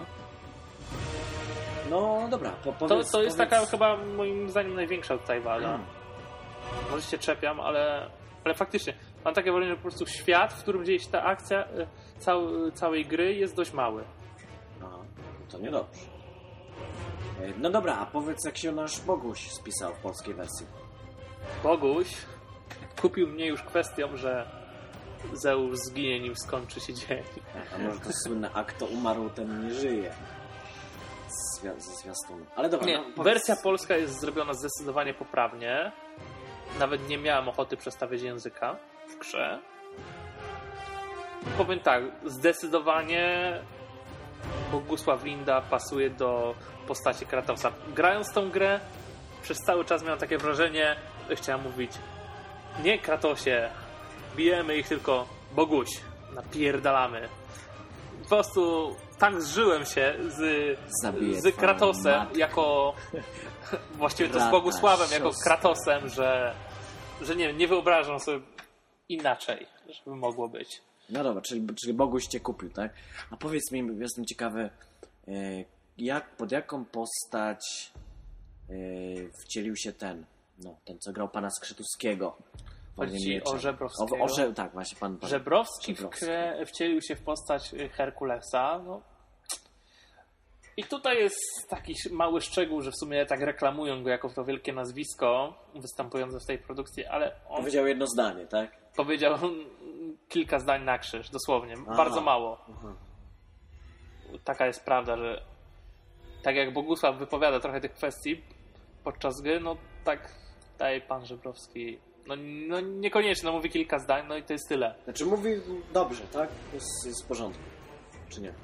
No dobra, To jest taka chyba moim zdaniem największa tutaj wada. Może się czepiam, ale faktycznie mam takie wrażenie, że po prostu świat, w którym dzieje się ta akcja całej gry jest dość mały. Aha, to niedobrze. No dobra, a powiedz, jak się nasz Boguś spisał w polskiej wersji. Boguś kupił mnie już kwestią, że Zeus zginie, nim skończy się dzień. A może to słynne a kto umarł, ten nie żyje. Ze zwiastunu. Ale dobra. Nie, wersja polska jest zrobiona zdecydowanie poprawnie. Nawet nie miałem ochoty przestawiać języka w grze. Powiem tak, zdecydowanie Bogusław Linda pasuje do postaci Kratosa. Grając tą grę, przez cały czas miałem takie wrażenie, chciałem mówić, nie Kratosie, bijemy ich, tylko Boguś, napierdalamy. Po prostu tak zżyłem się z Kratosem jako właściwie to z Bogusławem jako Kratosem, że nie wyobrażam sobie inaczej, żeby mogło być. No dobra, czyli Boguś cię kupił, tak? A powiedz mi, jestem ciekawy, pod jaką postać wcielił się ten co grał pana Skrzytuskiego. Chodzi o Żebrowskiego. Tak, właśnie pan Żebrowski wcielił się w postać Herkulesa. No. I tutaj jest taki mały szczegół, że w sumie tak reklamują go jako to wielkie nazwisko występujące w tej produkcji, ale on powiedział jedno zdanie, tak? Powiedział kilka zdań na krzyż, dosłownie. Bardzo mało. Aha. Taka jest prawda, że tak jak Bogusław wypowiada trochę tych kwestii podczas gry, no tak daje pan Żebrowski. No niekoniecznie, mówi kilka zdań, no i to jest tyle. Znaczy mówi dobrze, tak? Jest w porządku. Czy nie?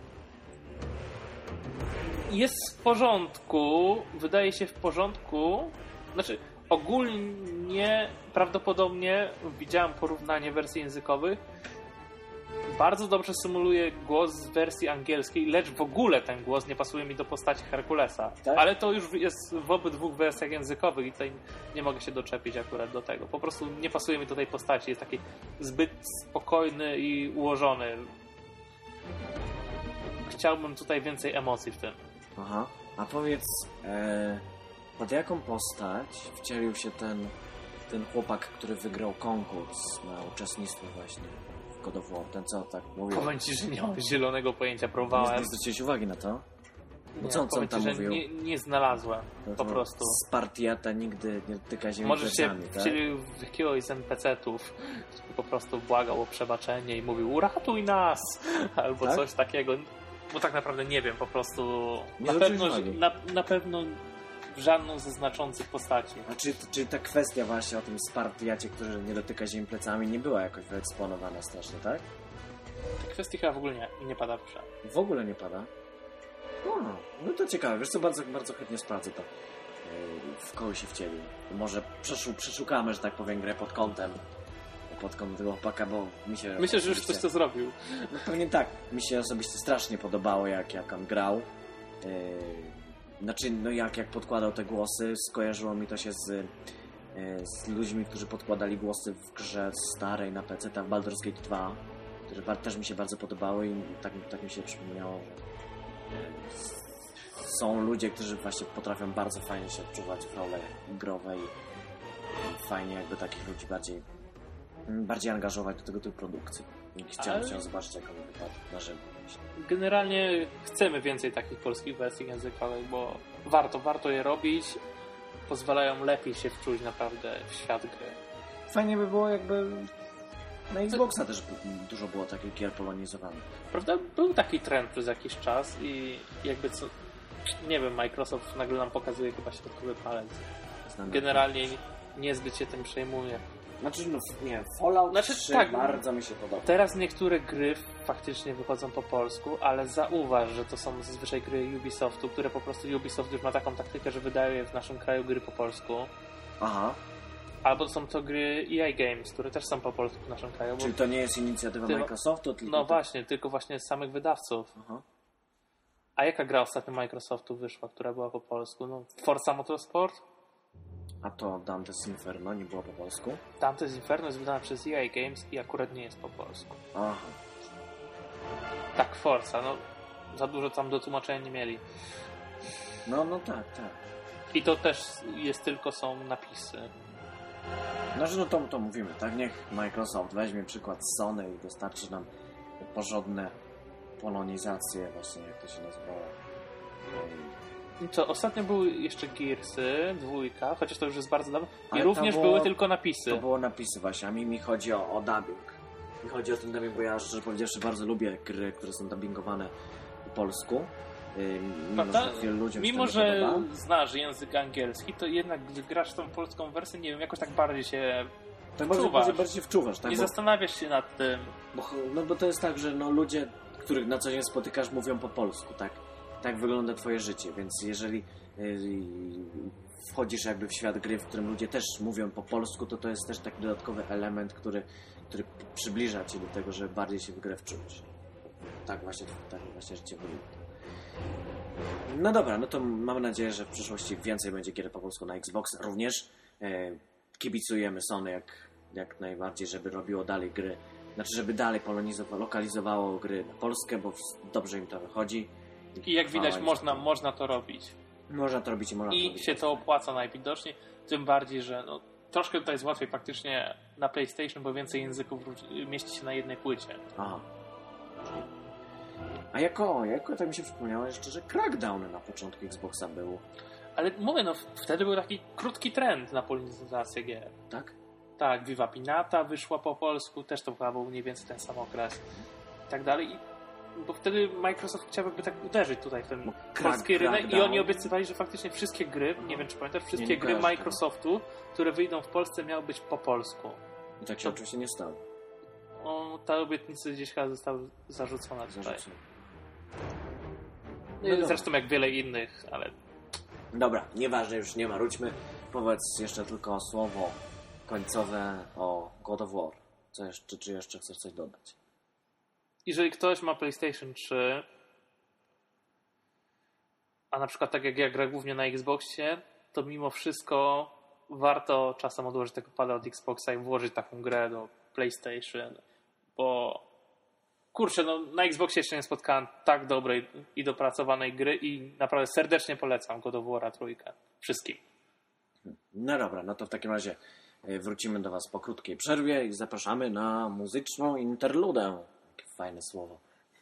Jest w porządku, wydaje się w porządku. Znaczy, ogólnie prawdopodobnie widziałem porównanie wersji językowych. Bardzo dobrze symuluje głos z wersji angielskiej, lecz w ogóle ten głos nie pasuje mi do postaci Herkulesa. Tak? Ale to już jest w obydwu wersjach językowych i tutaj nie mogę się doczepić akurat do tego. Po prostu nie pasuje mi do tej postaci. Jest taki zbyt spokojny i ułożony. Chciałbym tutaj więcej emocji w tym. Aha. A powiedz, pod jaką postać wcielił się ten chłopak, który wygrał konkurs na uczestnictwo właśnie w God of War? Ten co tak mówił? Powiem ci, że nie mam zielonego pojęcia, próbowałem. Nie zwróciłeś uwagi na to? No co on tam mówił? Nie znalazłem, po prostu. Spartiata nigdy nie dotyka ziemi może plecami, się tak? wcielił w jakiegoś z NPC-ów, po prostu błagał o przebaczenie i mówił uratuj nas! Albo tak? coś takiego. Bo tak naprawdę nie wiem, po prostu na pewno w żadną ze znaczących postaci. A czy ta kwestia właśnie o tym Spartiacie, który nie dotyka ziemi plecami, nie była jakoś wyeksponowana strasznie, tak? Ta kwestia chyba w ogóle nie pada w grze. W ogóle nie pada? No to ciekawe, wiesz co, bardzo, bardzo chętnie sprawdzę to, w kogo się wcielił. Może przeszukamy, że tak powiem, grę pod kątem tego chłopaka, bo mi się... Myślę, że już ktoś to zrobił. No pewnie tak. Mi się osobiście strasznie podobało, jak on grał. Znaczy, no jak podkładał te głosy, skojarzyło mi to się z ludźmi, którzy podkładali głosy w grze starej na PC, w Baldur's Gate 2, które też mi się bardzo podobały i tak mi się przypomniało, że są ludzie, którzy właśnie potrafią bardzo fajnie się odczuwać w role growej i fajnie jakby takich ludzi bardziej angażować do tego typu produkcji. I chciałem się zobaczyć, jak on wypadł na żywo. Generalnie chcemy więcej takich polskich wersji językowych, bo warto je robić. Pozwalają lepiej się wczuć naprawdę w świat gry. Fajnie by było jakby na Xboxa też dużo było takich gier polonizowanych. Prawda? Był taki trend przez jakiś czas i jakby co... Nie wiem, Microsoft nagle nam pokazuje chyba środkowy palec. Generalnie niezbyt się tym przejmuje. Znaczy, Fallout 3 tak, bardzo mi się podoba. Teraz niektóre gry faktycznie wychodzą po polsku, ale zauważ, że to są zazwyczaj gry Ubisoftu, które po prostu Ubisoft już ma taką taktykę, że wydaje w naszym kraju gry po polsku. Aha. Albo są to gry EA Games, które też są po polsku w naszym kraju. Czyli to nie jest inicjatywa Microsoftu? Tylko no właśnie, tylko właśnie z samych wydawców. Aha. A jaka gra ostatnio Microsoftu wyszła, która była po polsku? No, Forza Motorsport? A to Dante's Inferno nie było po polsku? Dante's Inferno jest wydana przez EA Games i akurat nie jest po polsku. Aha. Tak, Forza, no za dużo tam do tłumaczenia nie mieli. No tak. I to też są napisy. Znaczy, no to mówimy, tak? Niech Microsoft weźmie przykład z Sony i dostarczy nam porządne polonizacje, właśnie jak to się nazywało. Co, ostatnio były jeszcze Gearsy, 2, chociaż to już jest bardzo dawno. I również były tylko napisy. To było napisy właśnie, a mi chodzi o dubbing. mi chodzi o ten dubbing, bo ja szczerze powiedziawszy bardzo lubię gry, które są dubbingowane po polsku. Mimo, że znasz język angielski, to jednak gdy grasz tą polską wersję, nie wiem, jakoś tak bardziej się bardziej się wczuwasz. Tak? Nie zastanawiasz się nad tym. Bo to jest tak, że ludzie, których na co dzień spotykasz, mówią po polsku, tak? Tak wygląda twoje życie, więc jeżeli wchodzisz jakby w świat gry, w którym ludzie też mówią po polsku, to jest też taki dodatkowy element, który przybliża cię do tego, że bardziej się w grę wczuć. Tak właśnie życie wygląda. No dobra, no to mamy nadzieję, że w przyszłości więcej będzie gier po polsku na Xbox. Również kibicujemy Sony jak najbardziej, żeby robiło dalej gry. Znaczy, żeby dalej lokalizowało gry na Polskę, bo dobrze im to wychodzi. I jak widać, można to robić. Można to robić i się to opłaca najwidoczniej. Tym bardziej, że troszkę tutaj jest łatwiej faktycznie na PlayStation, bo więcej języków mieści się na jednej płycie. Aha. A jako tak mi się przypomniało jeszcze, że Crackdown na początku Xboxa był. Ale mówię, wtedy był taki krótki trend na polonizację gier. Tak? Tak, Viva Pinata wyszła po polsku, też to był mniej więcej ten sam okres. I tak dalej. Bo wtedy Microsoft chciałby tak uderzyć tutaj w ten polski rynek i oni obiecywali, że faktycznie wszystkie gry, nie wiem czy pamiętasz, wszystkie gry Microsoftu, które wyjdą w Polsce, miały być po polsku. I tak się oczywiście nie stało. Te obietnice gdzieś chyba zostały zarzucone tutaj. No zresztą jak wiele innych, ale... Dobra, nieważne, już nie marudźmy. Powiedz jeszcze tylko słowo końcowe o God of War. Czy jeszcze chcesz coś dodać? Jeżeli ktoś ma PlayStation 3, a na przykład tak jak ja gra głównie na Xboxie, to mimo wszystko warto czasem odłożyć tego pada od Xboxa i włożyć taką grę do PlayStation, bo kurczę, na Xboxie jeszcze nie spotkałem tak dobrej i dopracowanej gry i naprawdę serdecznie polecam God of War'a 3 wszystkim. No dobra, no to w takim razie wrócimy do Was po krótkiej przerwie i zapraszamy na muzyczną interludę. Jakie fajne słowo.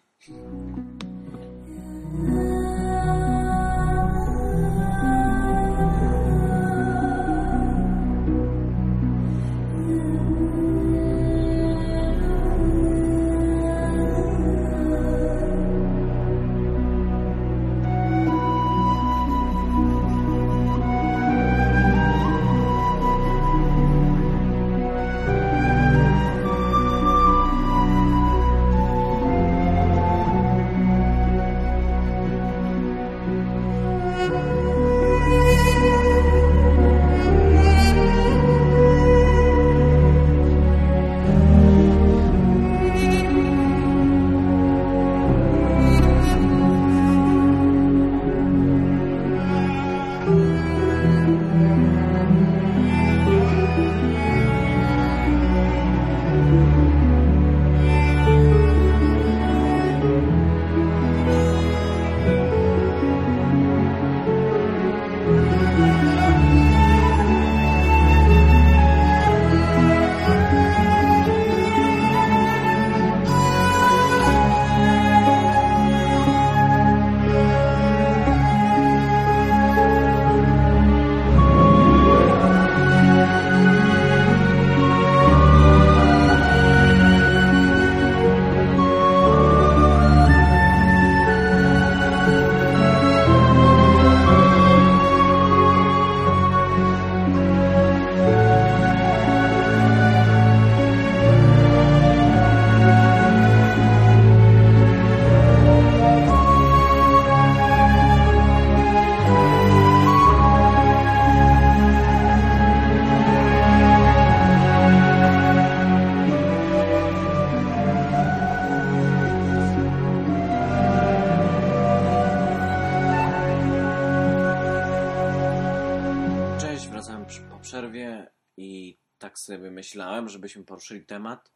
Sobie myślałem, żebyśmy poruszyli temat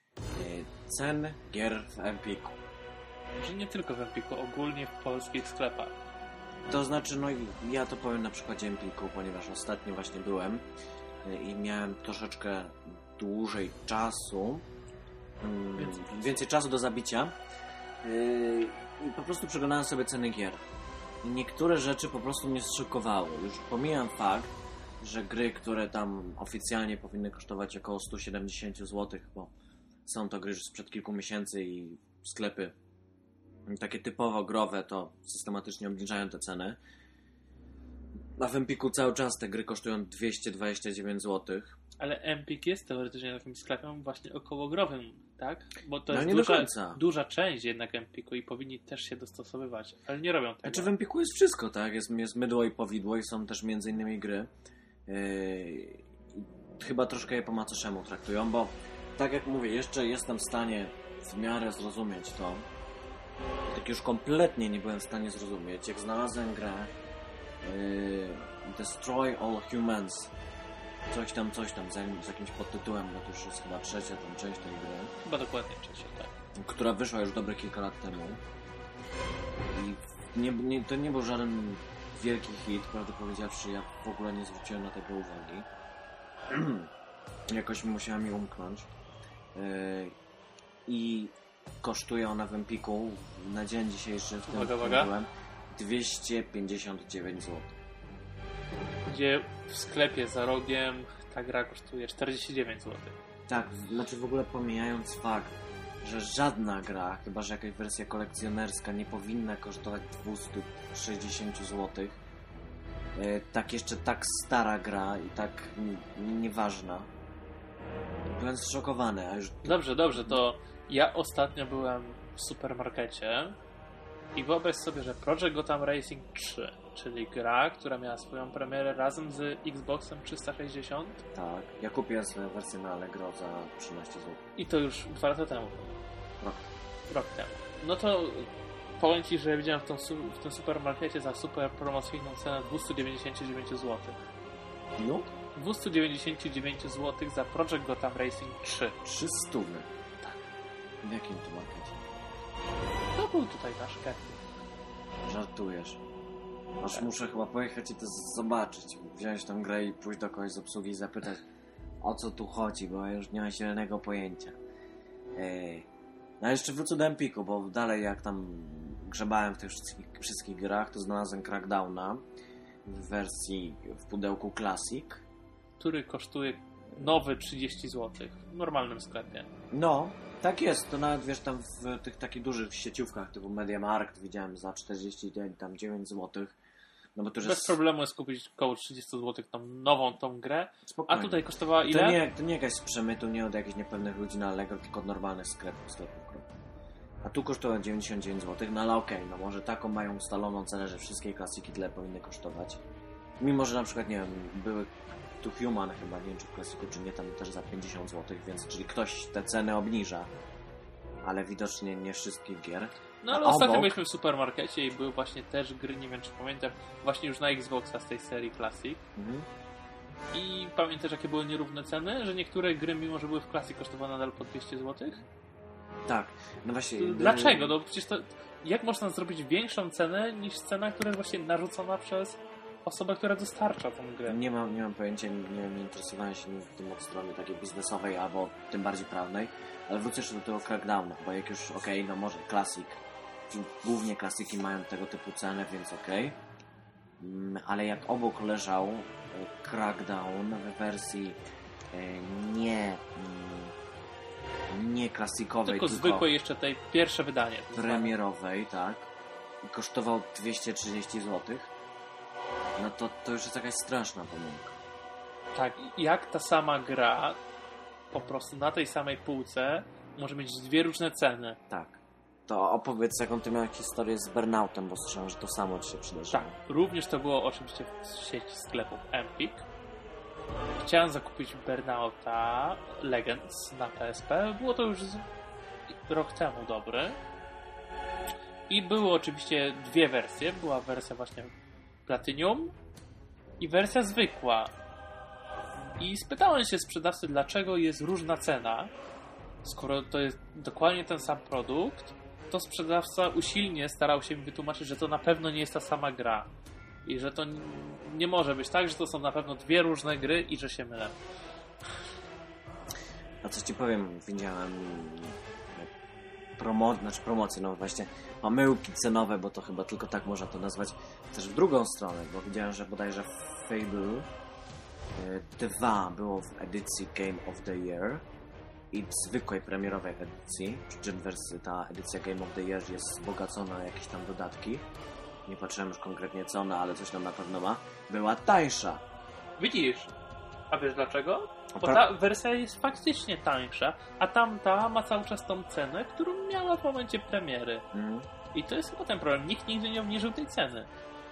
cen gier w Empiku. Że nie tylko w Empiku, ogólnie w polskich sklepach. To znaczy, ja to powiem na przykładzie Empiku, ponieważ ostatnio właśnie byłem i miałem troszeczkę dłużej czasu, więcej czasu do zabicia i po prostu przeglądałem sobie ceny gier. I niektóre rzeczy po prostu mnie zszokowały. Już pomijam fakt, że gry, które tam oficjalnie powinny kosztować około 170 zł, bo są to gry już sprzed kilku miesięcy i sklepy takie typowo growe to systematycznie obniżają te ceny. A w Empiku cały czas te gry kosztują 229 zł. Ale Empik jest teoretycznie takim sklepem właśnie okołogrowym, tak? Bo to No jest nie do końca. duża część jednak Empiku i powinni też się dostosowywać, ale nie robią tego. Znaczy w Empiku jest wszystko, tak? Jest mydło i powidło i są też między innymi gry. Chyba troszkę je po macoszemu traktują, bo tak jak mówię, jeszcze jestem w stanie w miarę zrozumieć to. Tak już kompletnie nie byłem w stanie zrozumieć, jak znalazłem grę Destroy All Humans. Coś tam z jakimś podtytułem, bo to już jest chyba trzecia tam część tej gry. Chyba dokładnie trzecia, tak. Która wyszła już dobre kilka lat temu. I to nie był żaden wielki hit, prawdę powiedziawszy, ja w ogóle nie zwróciłem na tego uwagi. Jakoś musiała mi umknąć. I kosztuje ona w Empiku na dzień dzisiejszy, w tym byłem, 259 zł. Gdzie w sklepie za rogiem ta gra kosztuje 49 zł. Tak, znaczy w ogóle pomijając fakt, że żadna gra, chyba że jakaś wersja kolekcjonerska, nie powinna kosztować 260 zł. Tak jeszcze tak stara gra i tak nieważna. Byłem zszokowany, a już... Dobrze, to ja ostatnio byłem w supermarkecie i wyobraź sobie, że Project Gotham Racing 3, czyli gra, która miała swoją premierę razem z Xboxem 360. Tak, ja kupiłem swoją wersję na Allegro za 13 zł. I to już 2 lata temu. Rok temu. No to powiem Ci, że widziałem w tym supermarkecie za super promocyjną cenę 299 zł. No? 299 zł za Project Gotham Racing 3. 300. Tak. W jakim tu markecie? To był tutaj nasz sklepie. Żartujesz. Aż muszę chyba pojechać i to zobaczyć. Wziąć tą grę i pójść do kogoś z obsługi i zapytać, o co tu chodzi, bo ja już nie mam zielonego pojęcia. No jeszcze wrócę do Empiku, bo dalej jak tam grzebałem w tych wszystkich grach, to znalazłem Crackdowna w wersji w pudełku Classic. Który kosztuje nowy 30 zł w normalnym sklepie. No, tak jest. To nawet wiesz, tam w tych takich dużych sieciówkach typu MediaMarkt widziałem za 49 zł. No bo to już Bez problemu jest kupić około 30 zł tą nową tą grę. Spokojnie. A tutaj kosztowała ile? To nie jakaś z przemytu, nie od jakichś niepewnych ludzi na Allegro, tylko od normalnych sklepów. A tu kosztowała 99 zł, no ale okej, no może taką mają ustaloną cenę, że wszystkie klasiki tyle powinny kosztować. Mimo, że na przykład, nie wiem, były tu Human chyba, nie wiem czy w klasiku, czy nie, tam też za 50 zł, więc czyli ktoś te ceny obniża, ale widocznie nie wszystkich gier. No ale ostatnio byliśmy w supermarkecie i były właśnie też gry, nie wiem czy pamiętam, właśnie już na Xboxa z tej serii Classic. Mhm. I pamiętasz jakie były nierówne ceny? Że niektóre gry, mimo że były w Classic, kosztowały nadal po 200 zł? Tak, no właśnie. Dlaczego? No przecież to... Jak można zrobić większą cenę niż cena, która jest właśnie narzucona przez osobę, która dostarcza tą grę? Nie mam pojęcia, nie interesowałem się tym od strony takiej biznesowej, albo tym bardziej prawnej, ale wrócę jeszcze do tego Crackdowna, bo jak już no może Classic, głównie klasyki mają tego typu cenę, więc ale jak obok leżał Crackdown w wersji nie klasikowej, tylko zwykłej jeszcze tej pierwsze wydanie. Premierowej, tak. I kosztował 230 zł. No to już jest jakaś straszna pomyłka. Tak, jak ta sama gra po prostu na tej samej półce może mieć dwie różne ceny. Tak. To opowiedz, jaką ty miałeś historię z Burnoutem, bo słyszałem, że to samo ci się przydarzyło. Tak, również to było oczywiście w sieci sklepów Empik. Chciałem zakupić Burnouta Legends na PSP. Było to już rok temu dobry. I były oczywiście dwie wersje. Była wersja właśnie Platinum i wersja zwykła. I spytałem się sprzedawcy, dlaczego jest różna cena. Skoro to jest dokładnie ten sam produkt, to sprzedawca usilnie starał się mi wytłumaczyć, że to na pewno nie jest ta sama gra. I że to nie może być tak, że to są na pewno dwie różne gry i że się mylę. A coś ci powiem, widziałem promocje, no właśnie pomyłki cenowe, bo to chyba tylko tak można to nazwać, też w drugą stronę, bo widziałem, że bodajże Fable 2 było w edycji Game of the Year i zwykłej premierowej edycji, przy czym ta edycja Game of the Year jest wzbogacona o jakieś tam dodatki. Nie patrzyłem już konkretnie co ona, ale coś tam na pewno ma. Była tańsza. Widzisz? A wiesz dlaczego? Bo ta wersja jest faktycznie tańsza, a tamta ma cały czas tą cenę, którą miała w momencie premiery. I to jest chyba ten problem. Nikt nigdy nie obniżył tej ceny.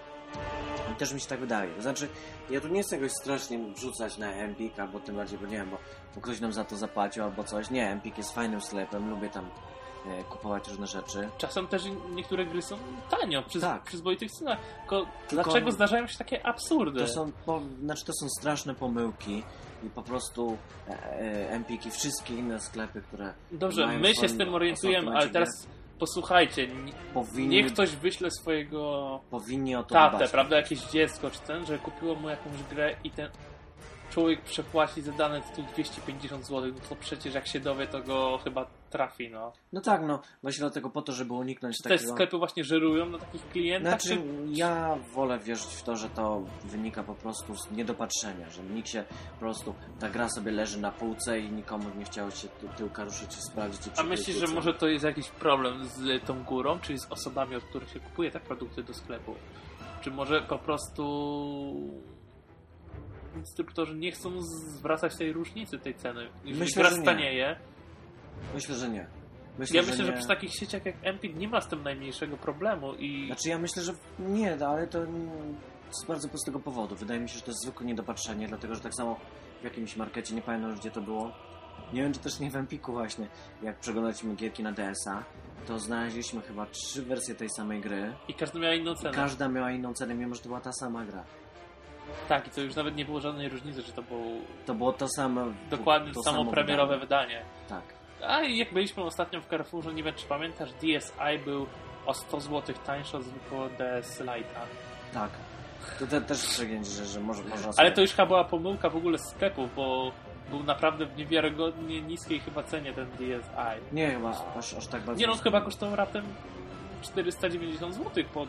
I też mi się tak wydaje. To znaczy, ja tu nie chcę jakoś strasznie wrzucać na Empik, albo tym bardziej, bo nie wiem, bo ktoś nam za to zapłacił albo coś. Nie, Empik jest fajnym sklepem, lubię tam kupować różne rzeczy. Czasem też niektóre gry są tanio, przy przyzwoitych cenach. Tylko Tylko dlaczego zdarzają się takie absurdy? To są straszne pomyłki i po prostu Empik i wszystkie inne sklepy, które Dobrze, my się z tym orientujemy, ale teraz posłuchajcie, niech ktoś wyśle swojego powinni o to tatę, dbać. prawda, jakieś dziecko czy ten, że kupiło mu jakąś grę i ten człowiek przepłaci za dany tytuł 250 zł, no to przecież jak się dowie, to go chyba trafi, no. No tak, no właśnie dlatego po to, żeby uniknąć Czy takiego... te sklepy właśnie żerują na takich klientach? Znaczy, ja wolę wierzyć w to, że to wynika po prostu z niedopatrzenia, że nikt się po prostu, ta gra sobie leży na półce i nikomu nie chciało się tyłka ruszyć i sprawdzić. A myślisz, że może to jest jakiś problem z tą górą, czyli z osobami, od których się kupuje te produkty do sklepu? Czy może po prostu dystrybutorzy nie chcą zwracać tej różnicy, tej ceny? Jeżeli gra stanieje. Myślę, że nie. Myślę, że przy takich sieciach jak Empik nie ma z tym najmniejszego problemu i... Znaczy ja myślę, że nie, ale to z bardzo prostego powodu. Wydaje mi się, że to jest zwykłe niedopatrzenie, dlatego że tak samo w jakimś markecie, nie pamiętam już gdzie to było, nie wiem czy też nie w Empiku właśnie, jak przeglądaliśmy gierki na DS-a, to znaleźliśmy chyba 3 wersje tej samej gry. I każda miała inną cenę. I każda miała inną cenę, mimo że to była ta sama gra. Tak, i to już nawet nie było żadnej różnicy, że to było... To było to samo... Dokładnie to samo premierowe wydanie. Tak. A jak byliśmy ostatnio w Carrefourze, nie wiem czy pamiętasz, DSi był o 100 zł tańszy od zwykłego DS Lite'a. Tak. To też przegięć, że można sobie... Ale to już chyba była pomyłka w ogóle z sklepów, bo był naprawdę w niewiarygodnie niskiej chyba cenie ten DSi. Nie, chyba aż tak bardzo... Nie no, chyba kosztował raptem 490 zł po...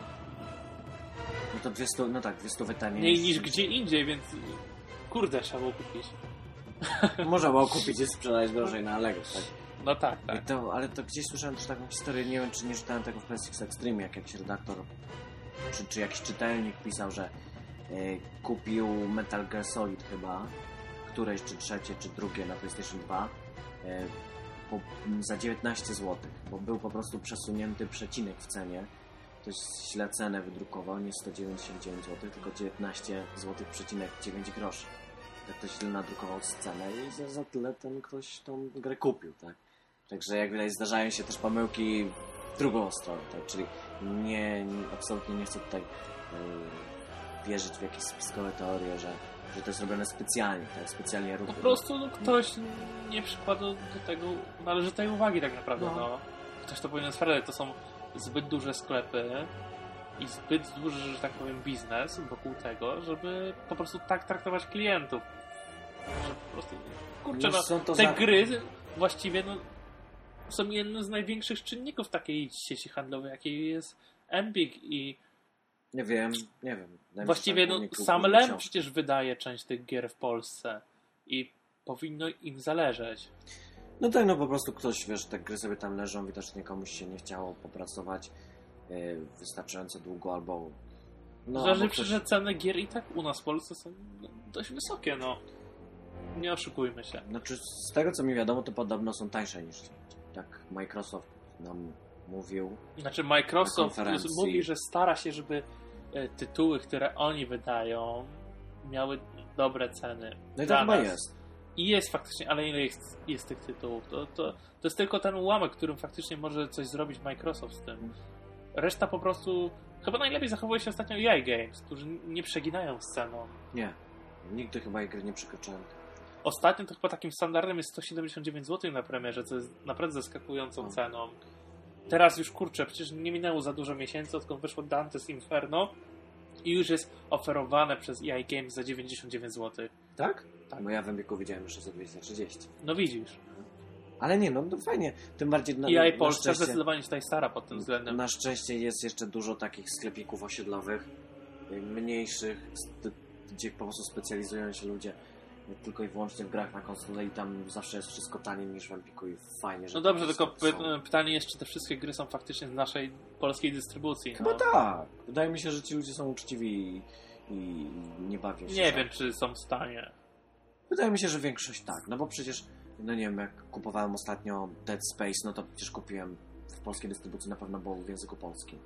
No to 200, no tak, 200 taniej. Mniej niż gdzie indziej, więc kurde, trzeba było kupić. Można było kupić i sprzedać drożej na Allegro, tak? No tak, tak. Ale to gdzieś słyszałem też taką historię, nie wiem czy nie czytałem tego w PSX Extreme, jak jakiś redaktor czy jakiś czytelnik pisał, że kupił Metal Gear Solid chyba, któreś czy trzecie, czy drugie na PlayStation 2 za 19 zł, bo był po prostu przesunięty przecinek w cenie. Ktoś źle cenę wydrukował, nie 199 zł, tylko 19 zł przecinek 9 groszy. Tak ktoś źle nadrukował cenę i za tyle ten ktoś tą grę kupił, tak? Także jak widać zdarzają się też pomyłki w drugą stronę, tak? Czyli absolutnie nie chcę tutaj wierzyć w jakieś spiskowe teorie, że to jest robione specjalnie, tak? Specjalnie po prostu ktoś nie przykłada do tego należytej uwagi tak naprawdę, no. Ktoś to powinien sprawdzać, to są zbyt duże sklepy i zbyt duży, że tak powiem, biznes wokół tego, żeby po prostu tak traktować klientów. Że po prostu, kurczę, te gry właściwie są jednym z największych czynników takiej sieci handlowej, jakiej jest Empik i nie wiem. Właściwie sam Lem przecież wydaje część tych gier w Polsce i powinno im zależeć. No tak, po prostu ktoś, te gry sobie tam leżą, widocznie komuś się nie chciało popracować wystarczająco długo, albo... Zważywszy, że ceny gier i tak u nas w Polsce są dość wysokie, Nie oszukujmy się. Znaczy, z tego co mi wiadomo, to podobno są tańsze niż tak Microsoft nam mówił. Znaczy Microsoft mówi, że stara się, żeby tytuły, które oni wydają, miały dobre ceny. No i to chyba jest. I jest faktycznie, ale ile jest tych tytułów? To jest tylko ten ułamek, którym faktycznie może coś zrobić Microsoft z tym. Reszta po prostu... Chyba najlepiej zachowuje się ostatnio EA Games, którzy nie przeginają z ceną. Nie. Nigdy chyba jej gry nie przekroczyłem. Ostatnio to chyba takim standardem jest 179 zł na premierze, co jest naprawdę zaskakującą ceną. Teraz już, kurczę, przecież nie minęło za dużo miesięcy, odkąd wyszło Dante's Inferno i już jest oferowane przez EA Games za 99 zł. Tak? Tak. Bo ja w Empiku widziałem jeszcze za 230. No widzisz. Ale nie, to fajnie. Tym bardziej EA Polska zdecydowanie tutaj stara pod tym względem. Na szczęście jest jeszcze dużo takich sklepików osiedlowych, mniejszych, gdzie po prostu specjalizują się ludzie tylko i wyłącznie w grach na konsolę i tam zawsze jest wszystko taniej niż w Empiku i fajnie, że... No dobrze, takie tylko sklepy są. pytanie jest, czy te wszystkie gry są faktycznie z naszej polskiej dystrybucji. Chyba no. tak. Wydaje mi się, że ci ludzie są uczciwi i nie bawią się. Nie za- wiem, czy są w stanie. Wydaje mi się, że większość tak, no bo przecież, no nie wiem, jak kupowałem ostatnio Dead Space, no to przecież kupiłem w polskiej dystrybucji, na pewno było w języku polskim.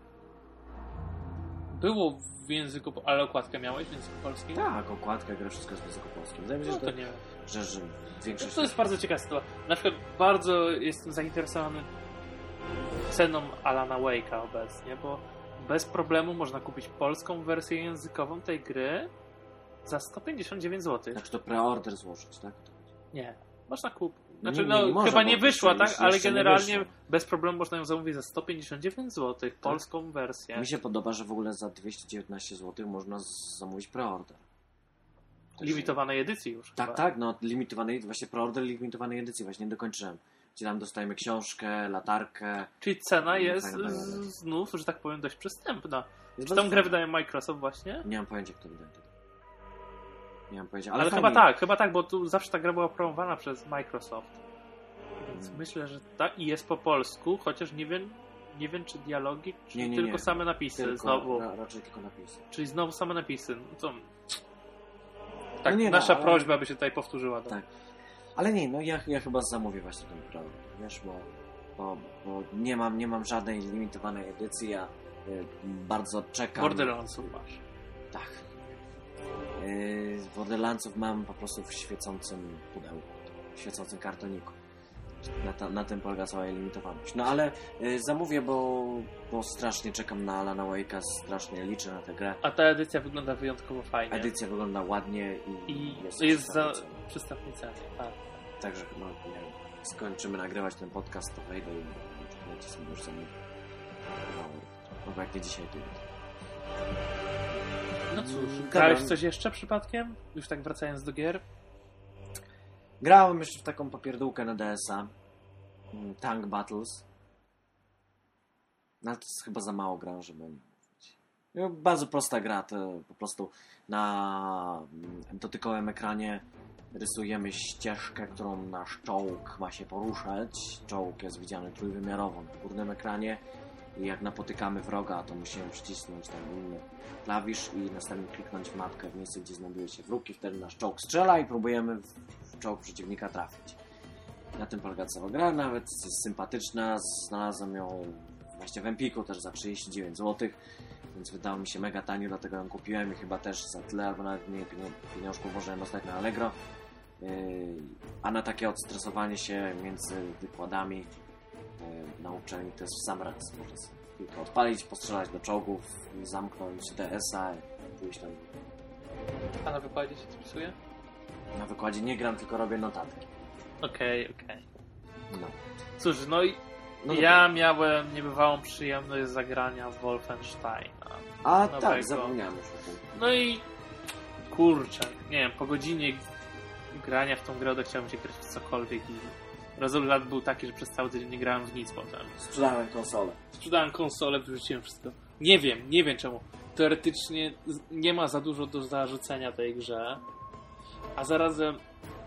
Było w języku, ale okładkę miałeś w języku polskim? Tak, okładka, gra, wszystko jest w języku polskim. Wydaje mi się, No że, to nie wiem. że większość... To jest bardzo ciekawe. Na przykład bardzo jestem zainteresowany ceną Alana Wake'a obecnie, bo bez problemu można kupić polską wersję językową tej gry za 159 zł. Znaczy to preorder złożyć, tak? Nie. Można kupić. Nie, Znaczy, nie można, chyba nie bo wyszła, jeszcze- tak? Ale jeszcze nie generalnie wyszła. bez problemu można ją zamówić za 159 zł. Polską wersję. Mi się podoba, że w ogóle za 219 zł można zamówić preorder. Limitowanej edycji już. Tak, chyba. tak, no limitowanej, właśnie preorder limitowanej edycji, właśnie nie dokończyłem. Gdzie tam dostajemy książkę, latarkę. Czyli cena jest Fajna bajery. znów, że tak powiem, dość przystępna. Jest Czy bardzo tą grę fajna. wydaje Microsoft właśnie? Nie mam pojęcia, kto wydaje to. Nie mam pojęcia, Ale fajnie. chyba tak, bo tu zawsze ta gra była promowana przez Microsoft. Więc myślę, że tak i jest po polsku, chociaż nie wiem czy dialogi, czy Nie, tylko same napisy Tylko, znowu. raczej tylko napisy. Czyli znowu same napisy. No to... Tak, No nie, nasza ale- prośba, aby się tutaj powtórzyła. Tak. Ale nie, no ja chyba zamówię właśnie ten preorder, wiesz, bo nie mam żadnej limitowanej edycji, ja bardzo czekam. Borderlandsów masz. Tak. Borderlandsów mam po prostu w świecącym pudełku, w świecącym kartoniku. Na tym polega cała jej limitowaność. No ale zamówię, bo strasznie czekam na Alana Wake'a, strasznie liczę na tę grę. A ta edycja wygląda wyjątkowo fajnie. Edycja wygląda ładnie i I jest jest za przystatna cena. przystępnej cenie. Tak. Także no, nie wiem, skończymy nagrywać ten podcast, to wejdę i czekajcie sobie już zamówię. No bo jak nie dzisiaj, to jutro. No cóż, Dobra. grałeś w coś jeszcze przypadkiem? Już tak wracając do gier? Grałem jeszcze w taką papierdółkę na DS-a. Tank Battles. No ale to jest chyba za mało gra, żeby o nim mówić. No, bardzo prosta gra, to po prostu na dotykowym ekranie rysujemy ścieżkę, którą nasz czołg ma się poruszać. Czołg jest widziany trójwymiarowo na górnym ekranie i jak napotykamy wroga, to musimy przycisnąć ten inny klawisz i następnie kliknąć w mapkę w miejsce, gdzie znajduje się wróg i wtedy nasz czołg strzela i próbujemy w czołg przeciwnika trafić. Na tym polega cała gra, nawet jest sympatyczna, znalazłem ją właśnie w Empiku też za 39 zł, więc wydało mi się mega tanio, dlatego ją kupiłem i chyba też za tyle, albo nawet mniej pieniążków możemy dostać na Allegro. A na takie odstresowanie się między wykładami na uczelni to jest w sam raz. Można sobie tylko odpalić, postrzelać do czołgów, zamknąć DS-a, pójść tam. A na wykładzie się spisuje? Na wykładzie nie gram, tylko robię notatki. Okej. No. Cóż, no i No ja miałem niebywałą przyjemność zagrania w Wolfensteina. A nowego. tak, zapomniałem już o tym. No i kurczę, nie wiem, po godzinie grania w tą grę chciałem się grać w cokolwiek i rezultat był taki, że przez cały tydzień nie grałem w nic potem. Sprzedałem konsolę. Sprzedałem konsolę, wyrzuciłem wszystko. Nie wiem czemu. Teoretycznie nie ma za dużo do zarzucenia tej grze, a zarazem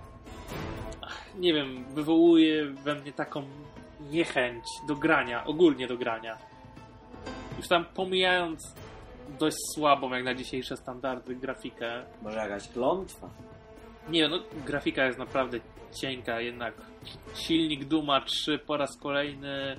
nie wiem, wywołuje we mnie taką niechęć do grania, ogólnie do grania. Już tam pomijając dość słabą, jak na dzisiejsze standardy, grafikę. Może jakaś klątwa? Nie, no grafika jest naprawdę cienka, jednak silnik Duma 3 po raz kolejny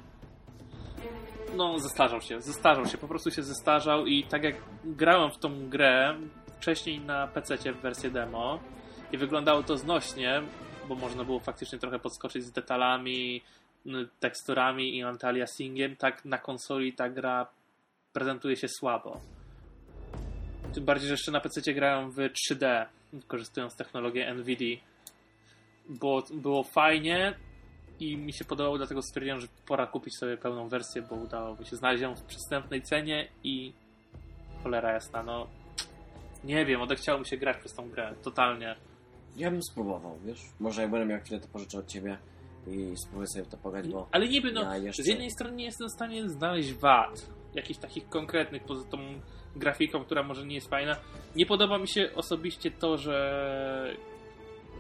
no zestarzał się, po prostu się zestarzał i tak jak grałem w tą grę wcześniej na PC-cie w wersję demo i wyglądało to znośnie, bo można było faktycznie trochę podskoczyć z detalami, teksturami i anti-aliasingiem, tak na konsoli ta gra prezentuje się słabo. Tym bardziej, że jeszcze na PC-cie grałem w 3D, korzystując z technologii NVIDIA. Było fajnie i mi się podobało, dlatego stwierdziłem, że pora kupić sobie pełną wersję, bo udało mi się znaleźć ją w przystępnej cenie i cholera jasna, no nie wiem, odechciało mi się grać przez tą grę, totalnie. Ja bym spróbował, wiesz? Może jak będę miał chwilę, to pożyczę od ciebie i spróbuję sobie w to pograć, bo Ale niby, no, ja jeszcze... z jednej strony nie jestem w stanie znaleźć wad, jakichś takich konkretnych, poza tą grafiką, która może nie jest fajna. Nie podoba mi się osobiście to, że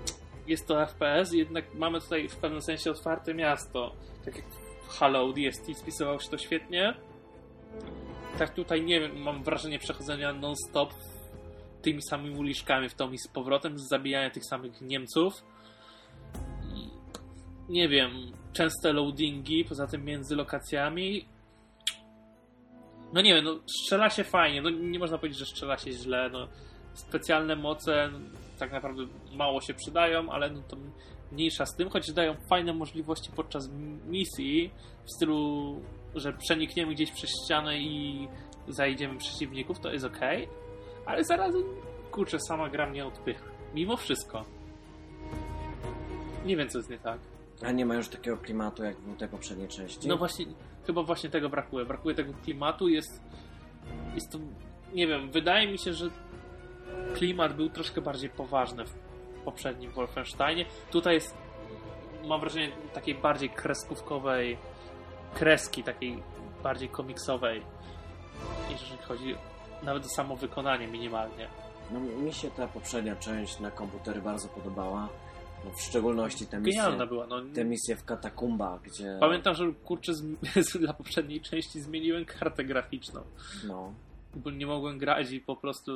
jest to FPS, jednak mamy tutaj w pewnym sensie otwarte miasto. Tak jak w Halo DST spisywało się to świetnie. Tak tutaj nie wiem, mam wrażenie przechodzenia non-stop tymi samymi uliczkami w tą i z powrotem, zabijania tych samych Niemców. I nie wiem, częste loadingi, poza tym między lokacjami. No nie wiem, no strzela się fajnie, no nie można powiedzieć, że strzela się źle, no specjalne moce tak naprawdę mało się przydają, ale no to mniejsza z tym, choć dają fajne możliwości podczas misji w stylu, że przenikniemy gdzieś przez ścianę i zajdziemy przeciwników, to jest okej, ale zarazem, kurczę, sama gra mnie odpycha. Mimo wszystko. Nie wiem, co jest nie tak. A nie ma już takiego klimatu, jak w tej poprzedniej części? No właśnie, chyba właśnie tego brakuje. Brakuje tego klimatu, jest to, nie wiem, wydaje mi się, że klimat był troszkę bardziej poważny w poprzednim Wolfensteinie. Tutaj jest, mam wrażenie, takiej bardziej kreskówkowej kreski, takiej bardziej komiksowej, jeżeli chodzi nawet o samo wykonanie minimalnie. No, mi się ta poprzednia część na komputery bardzo podobała. No, w szczególności Genialna była. No. Te misje w katakumbach, gdzie... Pamiętam, że kurczę, dla poprzedniej części zmieniłem kartę graficzną. No. Bo nie mogłem grać i po prostu...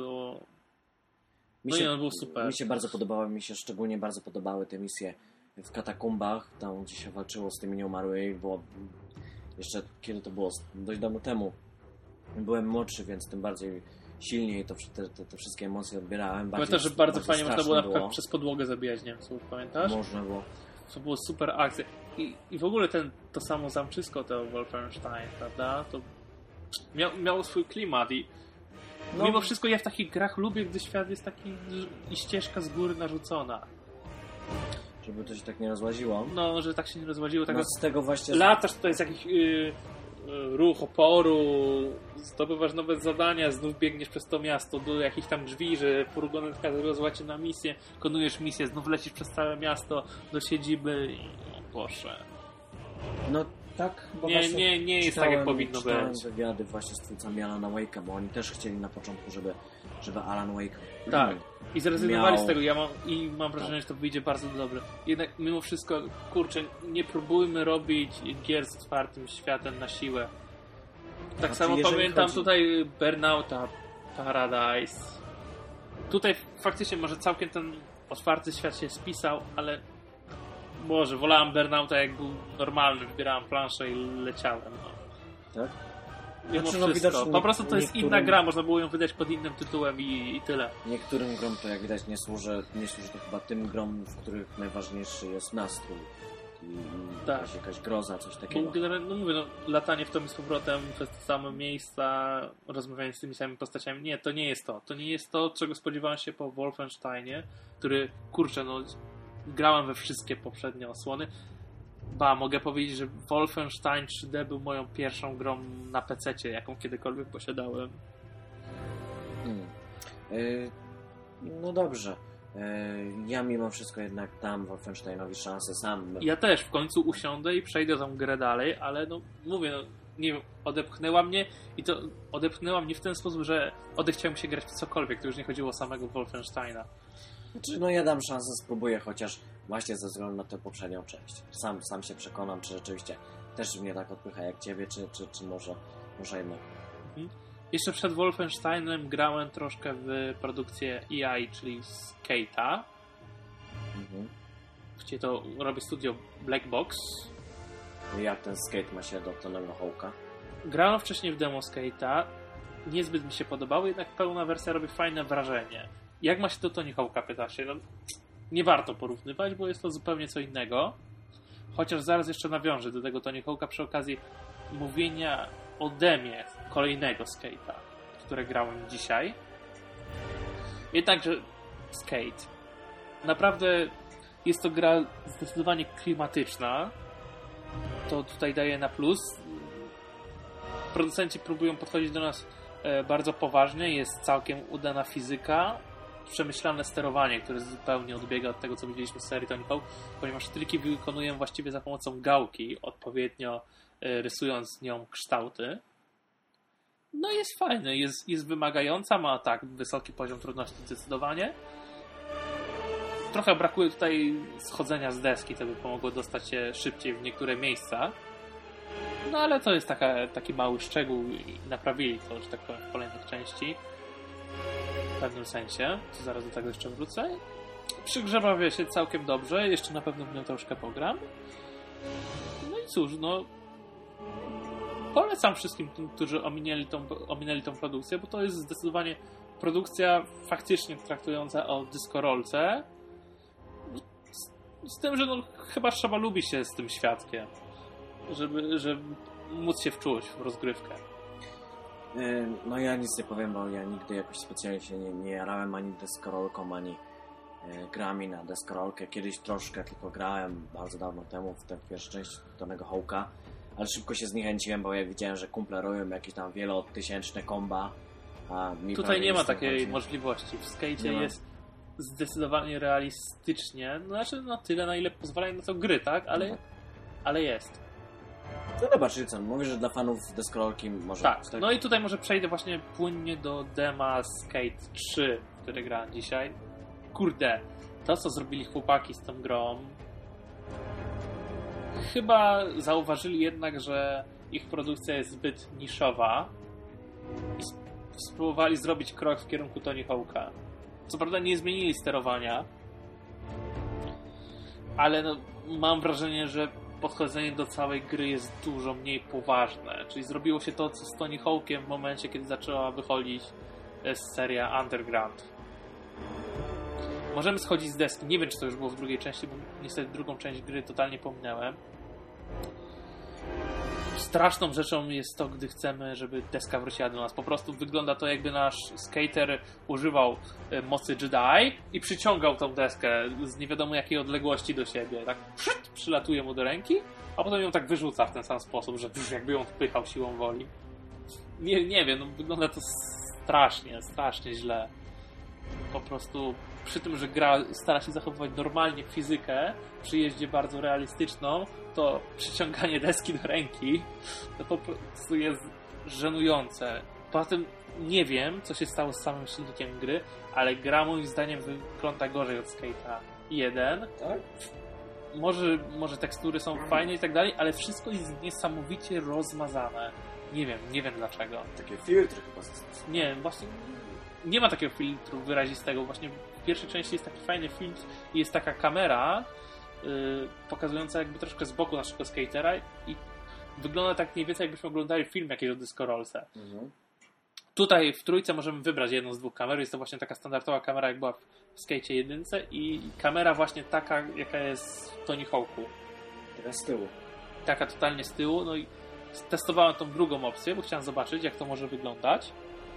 było super. Mi się bardzo podobały, mi się szczególnie bardzo podobały te misje w katakumbach, tam gdzie się walczyło z tymi nieumarłymi, bo jeszcze kiedy to było? Dość dawno temu. Byłem młodszy, więc tym bardziej silniej te wszystkie emocje odbierałem. Pamiętasz, że bardzo fajnie można było na przykład przez podłogę zabijać Niemców, pamiętasz? Można było. To było super akcja. I w ogóle to samo zamczysko to Wolfenstein, prawda? To miało swój klimat i mimo wszystko ja w takich grach lubię, gdy świat jest taki i ścieżka z góry narzucona. Żeby to się tak nie rozłaziło. No, że tak się nie rozłaziło. Tak z tego właśnie... Latasz tutaj z jakichś ruch oporu, zdobywasz nowe zadania, znów biegniesz przez to miasto do jakichś tam drzwi, że furgonetka rozła cię na misję, konujesz misję, znów lecisz przez całe miasto do siedziby i Boże. No tak, bo nie jest tak, jak powinno być. Wywiady właśnie z twórcami Alana Wake'a, bo oni też chcieli na początku, żeby Alan Wake... Tak. I zrezygnowali z tego. Mam wrażenie, że to wyjdzie bardzo dobre. Jednak mimo wszystko, kurczę, nie próbujmy robić gier z otwartym światem na siłę. Tak samo pamiętam tutaj Burnouta Paradise. Tutaj faktycznie może całkiem ten otwarty świat się spisał, ale Boże, wolałem Burnouta jak był normalny. Wybierałem planszę i leciałem. No. Tak? Mimo wszystko. Po prostu to jest inna gra, można było ją wydać pod innym tytułem i tyle. Niektórym grom to jak widać nie służy to chyba tym grom, w których najważniejszy jest nastrój i tak. jakaś groza, coś takiego. No mówię, latanie w tom i z powrotem przez te same miejsca, rozmawianie z tymi samymi postaciami, nie, to nie jest to. To nie jest to, czego spodziewałem się po Wolfensteinie, który, kurczę, no grałem we wszystkie poprzednie osłony. Mogę powiedzieć, że Wolfenstein 3D był moją pierwszą grą na PC-cie, jaką kiedykolwiek posiadałem. No dobrze. Ja mimo wszystko jednak dam Wolfensteinowi szansę sam. Ja też w końcu usiądę i przejdę tą grę dalej, ale no mówię, no, nie wiem, odepchnęła mnie i to odepchnęła mnie w ten sposób, że odechciałem się grać w cokolwiek, to już nie chodziło o samego Wolfensteina. Znaczy, no ja dam szansę, spróbuję chociaż właśnie ze względu na tę poprzednią część. Sam się przekonam, czy rzeczywiście też mnie tak odpycha jak ciebie, czy może jednak. Jeszcze przed Wolfensteinem grałem troszkę w produkcję EA, czyli Skate'a. Gdzie to robi studio Black Box. Jak ten Skate ma się do Tonego Hawk'a? Grałem wcześniej w demo Skate'a. Niezbyt mi się podobało, jednak pełna wersja robi fajne wrażenie. Jak ma się do Tony Hawk'a, pyta się? No, nie warto porównywać, bo jest to zupełnie co innego. Chociaż zaraz jeszcze nawiążę do tego Tony Hawk'a przy okazji mówienia o demie kolejnego Skate'a, które grałem dzisiaj. Jednakże Skate. Naprawdę jest to gra zdecydowanie klimatyczna. To tutaj daje na plus. Producenci próbują podchodzić do nas bardzo poważnie. Jest całkiem udana fizyka. Przemyślane sterowanie, które zupełnie odbiega od tego, co widzieliśmy w serii Tony Hawk, ponieważ triki wykonuję właściwie za pomocą gałki, odpowiednio rysując nią kształty. No jest fajny, jest wymagająca, ma tak wysoki poziom trudności zdecydowanie. trochę brakuje tutaj schodzenia z deski, to by pomogło dostać się szybciej w niektóre miejsca. No ale to jest taki mały szczegół i naprawili to, że tak powiem, w kolejnych części. W pewnym sensie. To zaraz do tego jeszcze wrócę. Przygrzebawia się całkiem dobrze. Jeszcze na pewno w nią troszkę pogram. No i cóż, no polecam wszystkim tym, którzy ominęli tą produkcję, bo to jest zdecydowanie produkcja faktycznie traktująca o dyskorolce. Z tym, że no, chyba trzeba lubić się z tym świadkiem, żeby móc się wczuć w rozgrywkę. No ja nic nie powiem, bo ja nigdy jakoś specjalnie się nie jarałem ani deskorolką, ani grami na deskorolkę. Kiedyś troszkę tylko grałem, bardzo dawno temu, w tę pierwszą część Tonego Hawk'a, ale szybko się zniechęciłem, bo jak widziałem, że kumple robią jakieś tam wielotysięczne komba, a mi tutaj nie ma nic takiej chodzi. możliwości. W Skate'ie jest zdecydowanie realistycznie, no znaczy na tyle, na ile pozwalają na to gry, tak? Ale jest. No dobra, czyli co, mówisz, że dla fanów deskorolki może... Tak, no i tutaj może przejdę właśnie płynnie do dema Skate 3, które grałem dzisiaj. Kurde, to co zrobili chłopaki z tą grą, chyba zauważyli jednak, że ich produkcja jest zbyt niszowa i spróbowali zrobić krok w kierunku Tony Hawk'a. Co prawda nie zmienili sterowania, ale no, mam wrażenie, że podchodzenie do całej gry jest dużo mniej poważne. Czyli zrobiło się to, co z Tony Hawk'iem w momencie, kiedy zaczęła wychodzić seria Underground. Możemy schodzić z deski. Nie wiem, czy to już było w drugiej części, bo niestety drugą część gry totalnie pominąłem. Straszną rzeczą jest to, gdy chcemy, żeby deska wróciła do nas. Po prostu wygląda to, jakby nasz skater używał mocy Jedi i przyciągał tą deskę z nie wiadomo jakiej odległości do siebie. Tak przylatuje mu do ręki, a potem ją tak wyrzuca w ten sam sposób, że jakby ją wpychał siłą woli. Nie wiem, no, wygląda to strasznie źle. Po prostu przy tym, że gra stara się zachowywać normalnie fizykę, przy jeździe bardzo realistyczną, to przyciąganie deski do ręki to po prostu jest żenujące. Poza tym nie wiem, co się stało z samym silnikiem gry, ale gra moim zdaniem wygląda gorzej od Skate'a 1. Tak? Może tekstury są fajne i tak dalej, ale wszystko jest niesamowicie rozmazane. Nie wiem dlaczego. Takie filtry chyba zastosują. Nie, właśnie nie ma takiego filtru wyrazistego. Właśnie w pierwszej części jest taki fajny filtr i jest taka kamera pokazująca jakby troszkę z boku naszego skatera i wygląda tak mniej więcej, jakbyśmy oglądali film jakiejś o dyskorolce. Tutaj w trójce możemy wybrać jedną z dwóch kamer. Jest to właśnie taka standardowa kamera, jak była w Skate'ie 1 i kamera właśnie taka, jaka jest w Tony Hawk'u. Taka z tyłu. Taka totalnie z tyłu. No i testowałem tą drugą opcję, bo chciałem zobaczyć, jak to może wyglądać.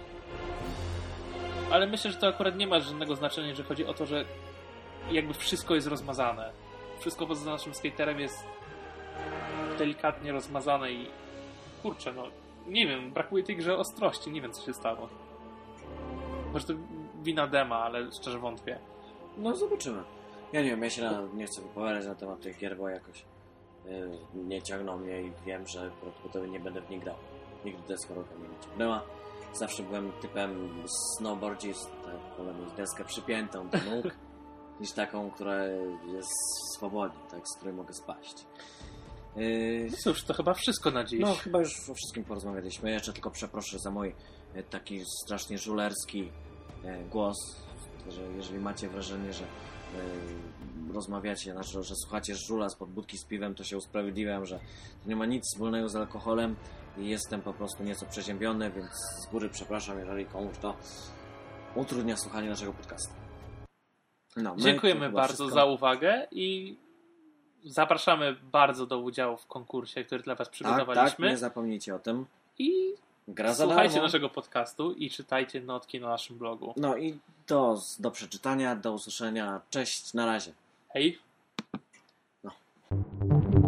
Ale myślę, że to akurat nie ma żadnego znaczenia, jeżeli chodzi o to, że jakby wszystko jest rozmazane. Wszystko poza naszym skaterem jest delikatnie rozmazane i kurczę, no nie wiem, brakuje tej grze ostrości, nie wiem co się stało. Może to wina dema, ale szczerze wątpię. No zobaczymy. Ja nie wiem, ja się nie chcę wypowiadać na temat tych gier, bo jakoś nie ciągną mnie i wiem, że prawdopodobnie nie będę w nich grał. Nigdy deskorolka mnie nie ciągnęła. Zawsze byłem typem snowboardzista, wolę mieć deskę przypiętą do nóg, niż taką, która jest swobodna, tak, z której mogę spaść. No cóż, to chyba wszystko na dziś. No, chyba już o wszystkim porozmawialiśmy. Jeszcze tylko przeproszę za mój taki strasznie żulerski głos, że jeżeli macie wrażenie, że rozmawiacie, znaczy, że słuchacie żula spod budki z piwem, to się usprawiedliwiam, że to nie ma nic wspólnego z alkoholem i jestem po prostu nieco przeziębiony, więc z góry przepraszam, jeżeli komuś to utrudnia słuchanie naszego podcastu. No, dziękujemy bardzo za uwagę i zapraszamy bardzo do udziału w konkursie, który dla Was przygotowaliśmy. Tak, nie zapomnijcie o tym. I słuchajcie naszego podcastu i czytajcie notki na naszym blogu. No i do przeczytania, do usłyszenia. Cześć, na razie. Hej. No.